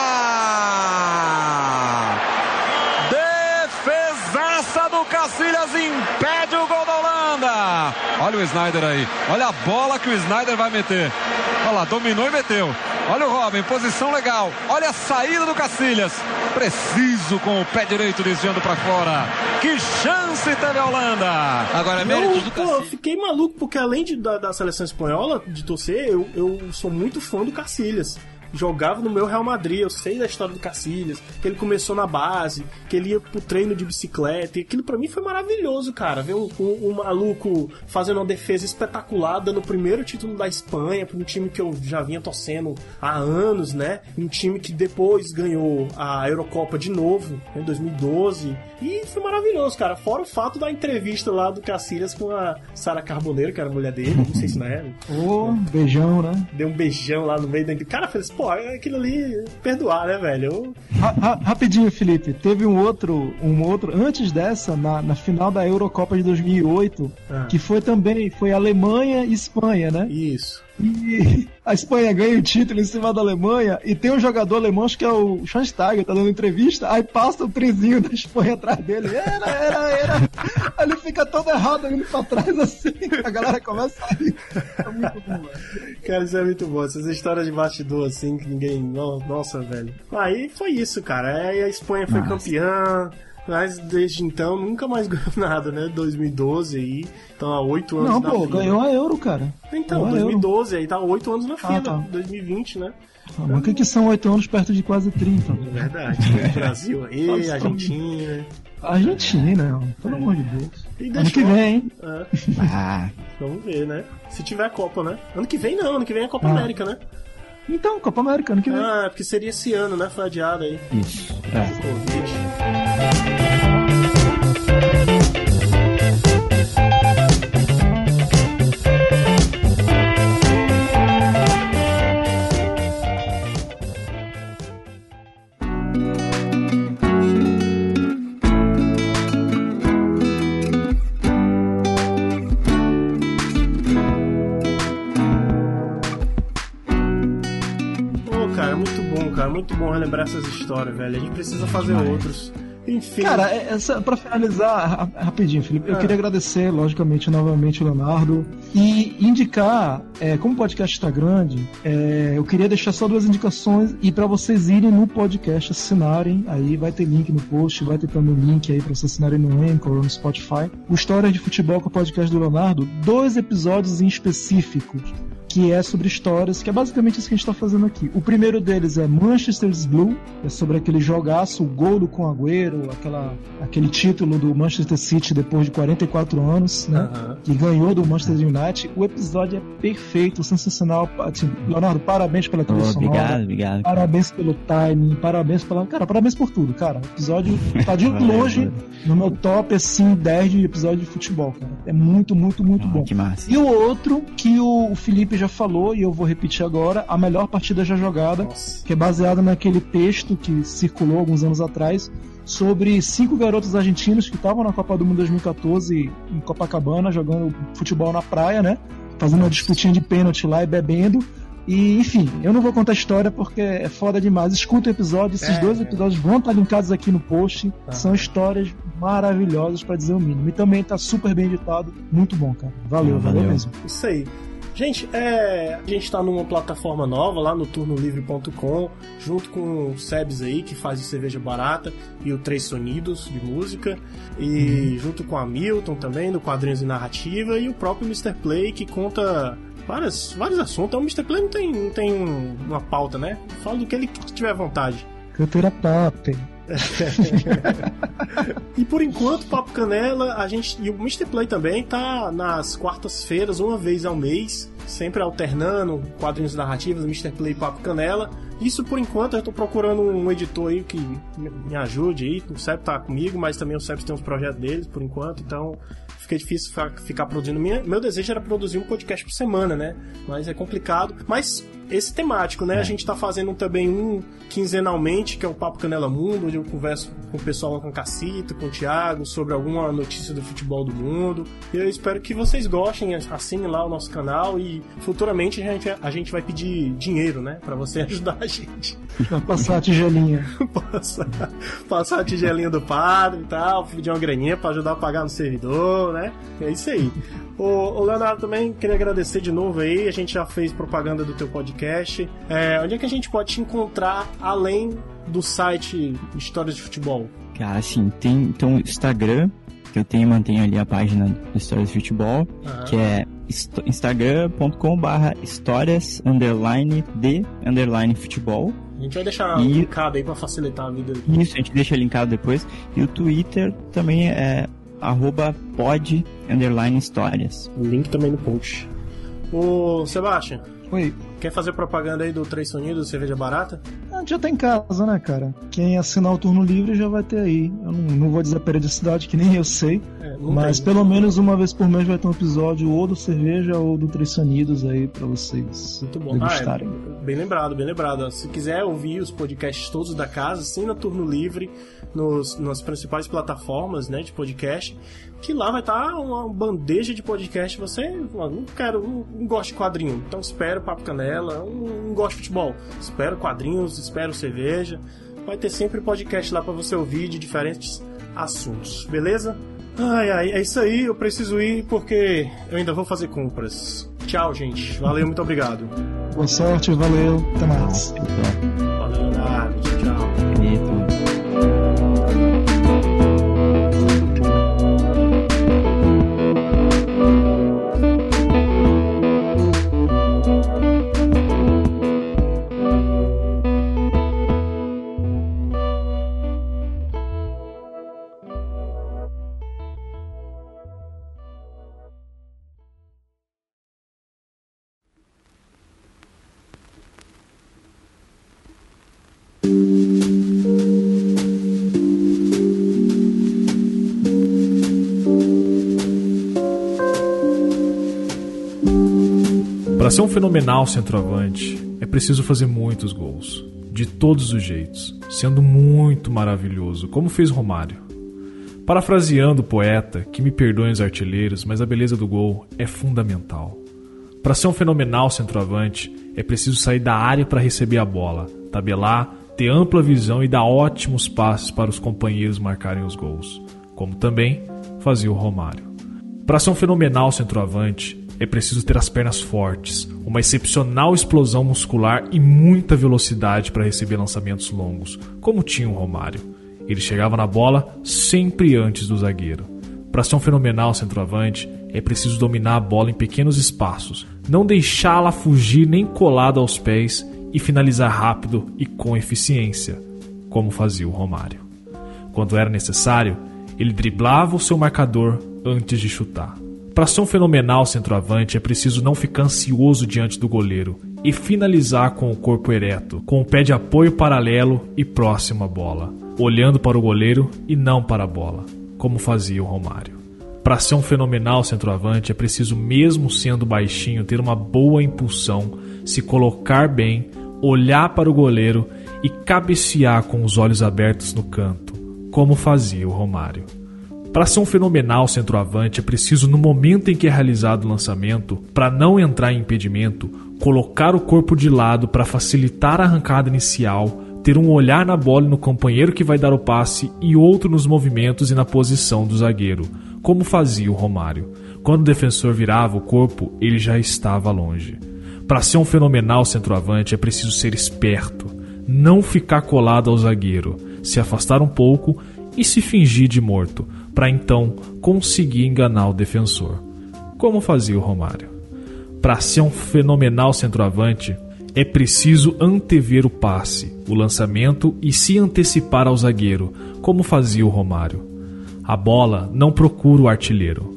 Defesaça do Casillas impede o gol da Holanda. Olha o Sneijder aí, olha a bola que o Sneijder vai meter. Olha lá, dominou e meteu. Olha o Robin, posição legal. Olha a saída do Casillas. Preciso com o pé direito desviando pra fora. Que chance teve a Holanda. Agora é mérito do Casillas. Eu fiquei maluco, porque além de, da, da seleção espanhola, de torcer, eu, eu sou muito fã do Casillas. Jogava no meu Real Madrid, eu sei da história do Casillas, que ele começou na base, que ele ia pro treino de bicicleta, e aquilo pra mim foi maravilhoso, cara, ver um, um, um maluco fazendo uma defesa espetacular, dando o primeiro título da Espanha pra um time que eu já vinha torcendo há anos, né, um time que depois ganhou a Eurocopa de novo, em dois mil e doze, e foi maravilhoso, cara, fora o fato da entrevista lá do Casillas com a Sara Carboneiro, que era a mulher dele, não sei se não era. Ô, oh, beijão, né? Deu um beijão lá no meio da... Cara, fez, pô, aquilo ali, perdoar, né, velho? Eu... Ra ra rapidinho, Felipe, teve um outro, um outro antes dessa, na, na final da Eurocopa de dois mil e oito, ah. que foi também, foi Alemanha e Espanha, né? Isso. E a Espanha ganha o título em cima da Alemanha e tem um jogador alemão, acho que é o Schweinsteiger, tá dando entrevista, aí passa o trezinho da Espanha atrás dele, era, era, era, aí ele fica todo errado indo pra trás assim, a galera começa a rir. É muito bom, velho. Cara, isso é muito bom, essas histórias de bastidor assim, que ninguém, nossa, velho. Aí foi isso, cara, aí a Espanha foi nossa. campeã. Mas desde então nunca mais ganhou nada, né? dois mil e doze aí, então há oito anos Não, na pô, fila. ganhou a Euro, cara. Então, ganhou dois mil e doze aí, tá oito anos na fila, ah, tá. dois mil e vinte, né? Ah, mas o que, que são oito anos perto de quase trinta? É verdade, né? Brasil aí, Argentina. Argentina, pelo amor de Deus. E ano que vem, hein? É. Ah. Vamos ver, né? Se tiver a Copa, né? Ano que vem não, ano que vem é a Copa ah. América, né? Então, Copa América, ano que vem. Ah, porque seria esse ano, né? Foi adiado aí. Isso. É. Covid. cara, muito bom relembrar essas histórias, velho. A gente precisa fazer Demais. outros. Enfim. Cara, essa, pra finalizar, rapidinho, Felipe, eu é. queria agradecer, logicamente, novamente o Leonardo e indicar, é, como o podcast está grande, é, eu queria deixar só duas indicações e pra vocês irem no podcast, assinarem, aí vai ter link no post, vai ter também link aí pra vocês assinarem no Anchor ou no Spotify. O História de Futebol, com o podcast do Leonardo, dois episódios em específicos, que é sobre histórias, que é basicamente isso que a gente está fazendo aqui. O primeiro deles é Manchester's Blue, é sobre aquele jogaço, o gol do Kun Agüero, aquela, aquele título do Manchester City depois de quarenta e quatro anos, né, uh-huh. que ganhou do Manchester United. O episódio é perfeito, sensacional. Assim, Leonardo, parabéns pela trilha oh, sonora. Obrigado, obrigado. Parabéns pelo timing, parabéns pela... Cara, parabéns por tudo, cara. O episódio tá de longe no meu top, assim, dez de episódio de futebol, cara. É muito, muito, muito oh, bom. Que massa. E o outro, que o Felipe já falou e eu vou repetir agora, A Melhor Partida Já Jogada, Nossa. que é baseado naquele texto que circulou alguns anos atrás sobre cinco garotos argentinos que estavam na Copa do Mundo dois mil e catorze em Copacabana jogando futebol na praia, né? Fazendo uma disputinha de pênalti lá e bebendo. E, enfim, eu não vou contar a história porque é foda demais. Escuta o episódio, esses é, dois episódios é. vão estar linkados aqui no post. Ah. São histórias maravilhosas, pra dizer o mínimo. E também tá super bem editado, muito bom, cara. Valeu, valeu, valeu mesmo. Isso aí. Gente, é, a gente tá numa plataforma nova lá no turno livre ponto com, junto com o Sebs aí, que faz o Cerveja Barata, e o Três Sonidos de música, e uhum. junto com a Milton também, do Quadrinhos e Narrativa, e o próprio mister Play, que conta várias, vários assuntos. Então o mister Play não tem, não tem uma pauta, né? Fala do que ele tiver vontade. Cultura pop. E por enquanto, Papo Canela, a gente e o mister Play também tá nas quartas-feiras, uma vez ao mês, sempre alternando quadrinhos narrativos, mister Play e Papo Canela. Isso por enquanto. Eu tô procurando um editor aí que me ajude aí. O Seb tá comigo, mas também o Seb tem uns projetos deles por enquanto, então fica difícil ficar produzindo. Minha, meu desejo era produzir um podcast por semana, né? Mas é complicado. Mas esse temático, né? É. A gente tá fazendo também um quinzenalmente, que é o Papo Canela Mundo, onde eu converso com o pessoal lá, com o Cacito, com o Thiago, sobre alguma notícia do futebol do mundo. E eu espero que vocês gostem, assinem lá o nosso canal e futuramente a gente, a gente vai pedir dinheiro, né? Pra você ajudar a gente. Vai passar a tigelinha. passar, passar a tigelinha do padre e tal, pedir uma graninha pra ajudar a pagar no servidor, né? É isso aí. O, o Leonardo, também queria agradecer de novo aí. A gente já fez propaganda do teu podcast. É, onde é que a gente pode te encontrar além do site Histórias de Futebol? Cara, assim, tem então Instagram, que eu tenho mantenho ali a página Histórias de Futebol, ah. que é instagram ponto com barra histórias underline de underline futebol. A gente vai deixar e... linkado aí pra facilitar a vida. Isso, a gente deixa linkado depois. E o Twitter também é arroba pod underline histórias. O link também no post. Ô, Sebastião. Oi. Quer fazer propaganda aí do Três Sonidos, Cerveja Barata? A gente já tá em casa, né, cara? Quem assinar o turno livre já vai ter aí. Eu não, não vou dizer a periodicidade, que nem eu sei. É, mas tem. Pelo menos uma vez por mês vai ter um episódio ou do Cerveja ou do Três Sonidos aí pra vocês Muito bom. degustarem. Ah, é, bem lembrado, bem lembrado. Se quiser ouvir os podcasts todos da casa, assina turno livre nos, nas principais plataformas, né, de podcast, que lá vai estar uma bandeja de podcast. Você não quero, não, não gosta de quadrinho, então espera o Papo Canela. Não, não gosta de futebol, espera quadrinhos, espera cerveja. Vai ter sempre podcast lá pra você ouvir de diferentes assuntos, beleza? Ai, ai, é isso aí. Eu preciso ir porque eu ainda vou fazer compras. Tchau, gente. Valeu, muito obrigado. Boa sorte, valeu. Até mais. Valeu, Leonardo. Tchau, tchau. Para ser um fenomenal centroavante, é preciso fazer muitos gols, de todos os jeitos, sendo muito maravilhoso, como fez Romário. Parafraseando o poeta, que me perdoem os artilheiros, mas a beleza do gol é fundamental. Para ser um fenomenal centroavante, é preciso sair da área para receber a bola, tabelar, ter ampla visão e dar ótimos passes para os companheiros marcarem os gols, como também fazia o Romário. Para ser um fenomenal centroavante, é preciso ter as pernas fortes, uma excepcional explosão muscular e muita velocidade para receber lançamentos longos, como tinha o Romário. Ele chegava na bola sempre antes do zagueiro. Para ser um fenomenal centroavante, é preciso dominar a bola em pequenos espaços, não deixá-la fugir nem colada aos pés e finalizar rápido e com eficiência, como fazia o Romário. Quando era necessário, ele driblava o seu marcador antes de chutar. Para ser um fenomenal centroavante, é preciso não ficar ansioso diante do goleiro e finalizar com o corpo ereto, com o pé de apoio paralelo e próximo à bola, olhando para o goleiro e não para a bola, como fazia o Romário. Para ser um fenomenal centroavante, é preciso, mesmo sendo baixinho, ter uma boa impulsão, se colocar bem, olhar para o goleiro e cabecear com os olhos abertos no canto, como fazia o Romário. Para ser um fenomenal centroavante, é preciso, no momento em que é realizado o lançamento, para não entrar em impedimento, colocar o corpo de lado para facilitar a arrancada inicial, ter um olhar na bola e no companheiro que vai dar o passe e outro nos movimentos e na posição do zagueiro, como fazia o Romário. Quando o defensor virava o corpo, ele já estava longe. Para ser um fenomenal centroavante, é preciso ser esperto, não ficar colado ao zagueiro, se afastar um pouco e se fingir de morto, para então conseguir enganar o defensor, como fazia o Romário. Para ser um fenomenal centroavante, é preciso antever o passe, o lançamento e se antecipar ao zagueiro, como fazia o Romário. A bola não procura o artilheiro.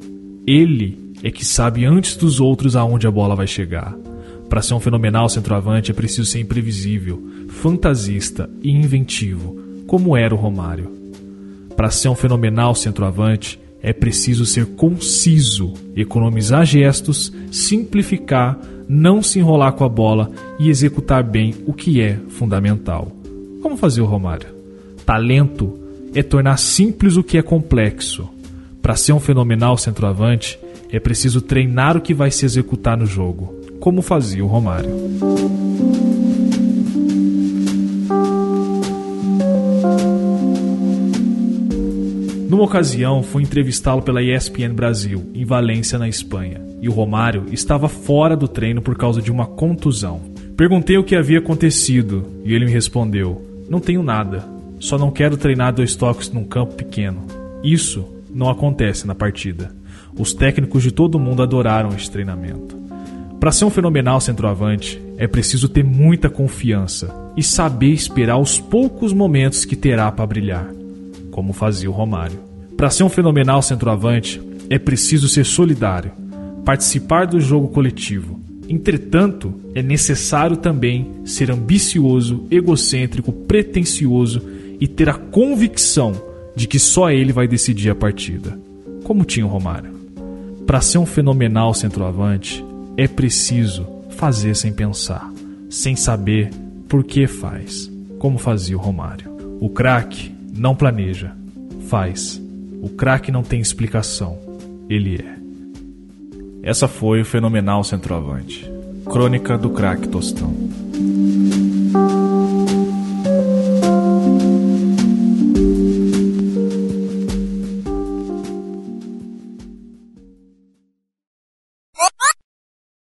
Ele é que sabe antes dos outros aonde a bola vai chegar. Para ser um fenomenal centroavante, é preciso ser imprevisível, fantasista e inventivo, como era o Romário. Para ser um fenomenal centroavante, é preciso ser conciso, economizar gestos, simplificar, não se enrolar com a bola e executar bem o que é fundamental, como fazia o Romário. Talento é tornar simples o que é complexo. Para ser um fenomenal centroavante, é preciso treinar o que vai se executar no jogo, como fazia o Romário. Numa ocasião, fui entrevistá-lo pela E S P N Brasil, em Valência, na Espanha, e o Romário estava fora do treino por causa de uma contusão. Perguntei o que havia acontecido, e ele me respondeu: não tenho nada, só não quero treinar dois toques num campo pequeno. Isso não acontece na partida. Os técnicos de todo mundo adoraram este treinamento. Para ser um fenomenal centroavante, é preciso ter muita confiança e saber esperar os poucos momentos que terá para brilhar, como fazia o Romário. Para ser um fenomenal centroavante, é preciso ser solidário, participar do jogo coletivo. Entretanto, é necessário também ser ambicioso, egocêntrico, pretensioso e ter a convicção de que só ele vai decidir a partida, como tinha o Romário. Para ser um fenomenal centroavante, é preciso fazer sem pensar, sem saber por que faz, como fazia o Romário. O craque não planeja, faz. O craque não tem explicação, ele é. Essa foi o Fenomenal Centroavante. Crônica do Craque Tostão.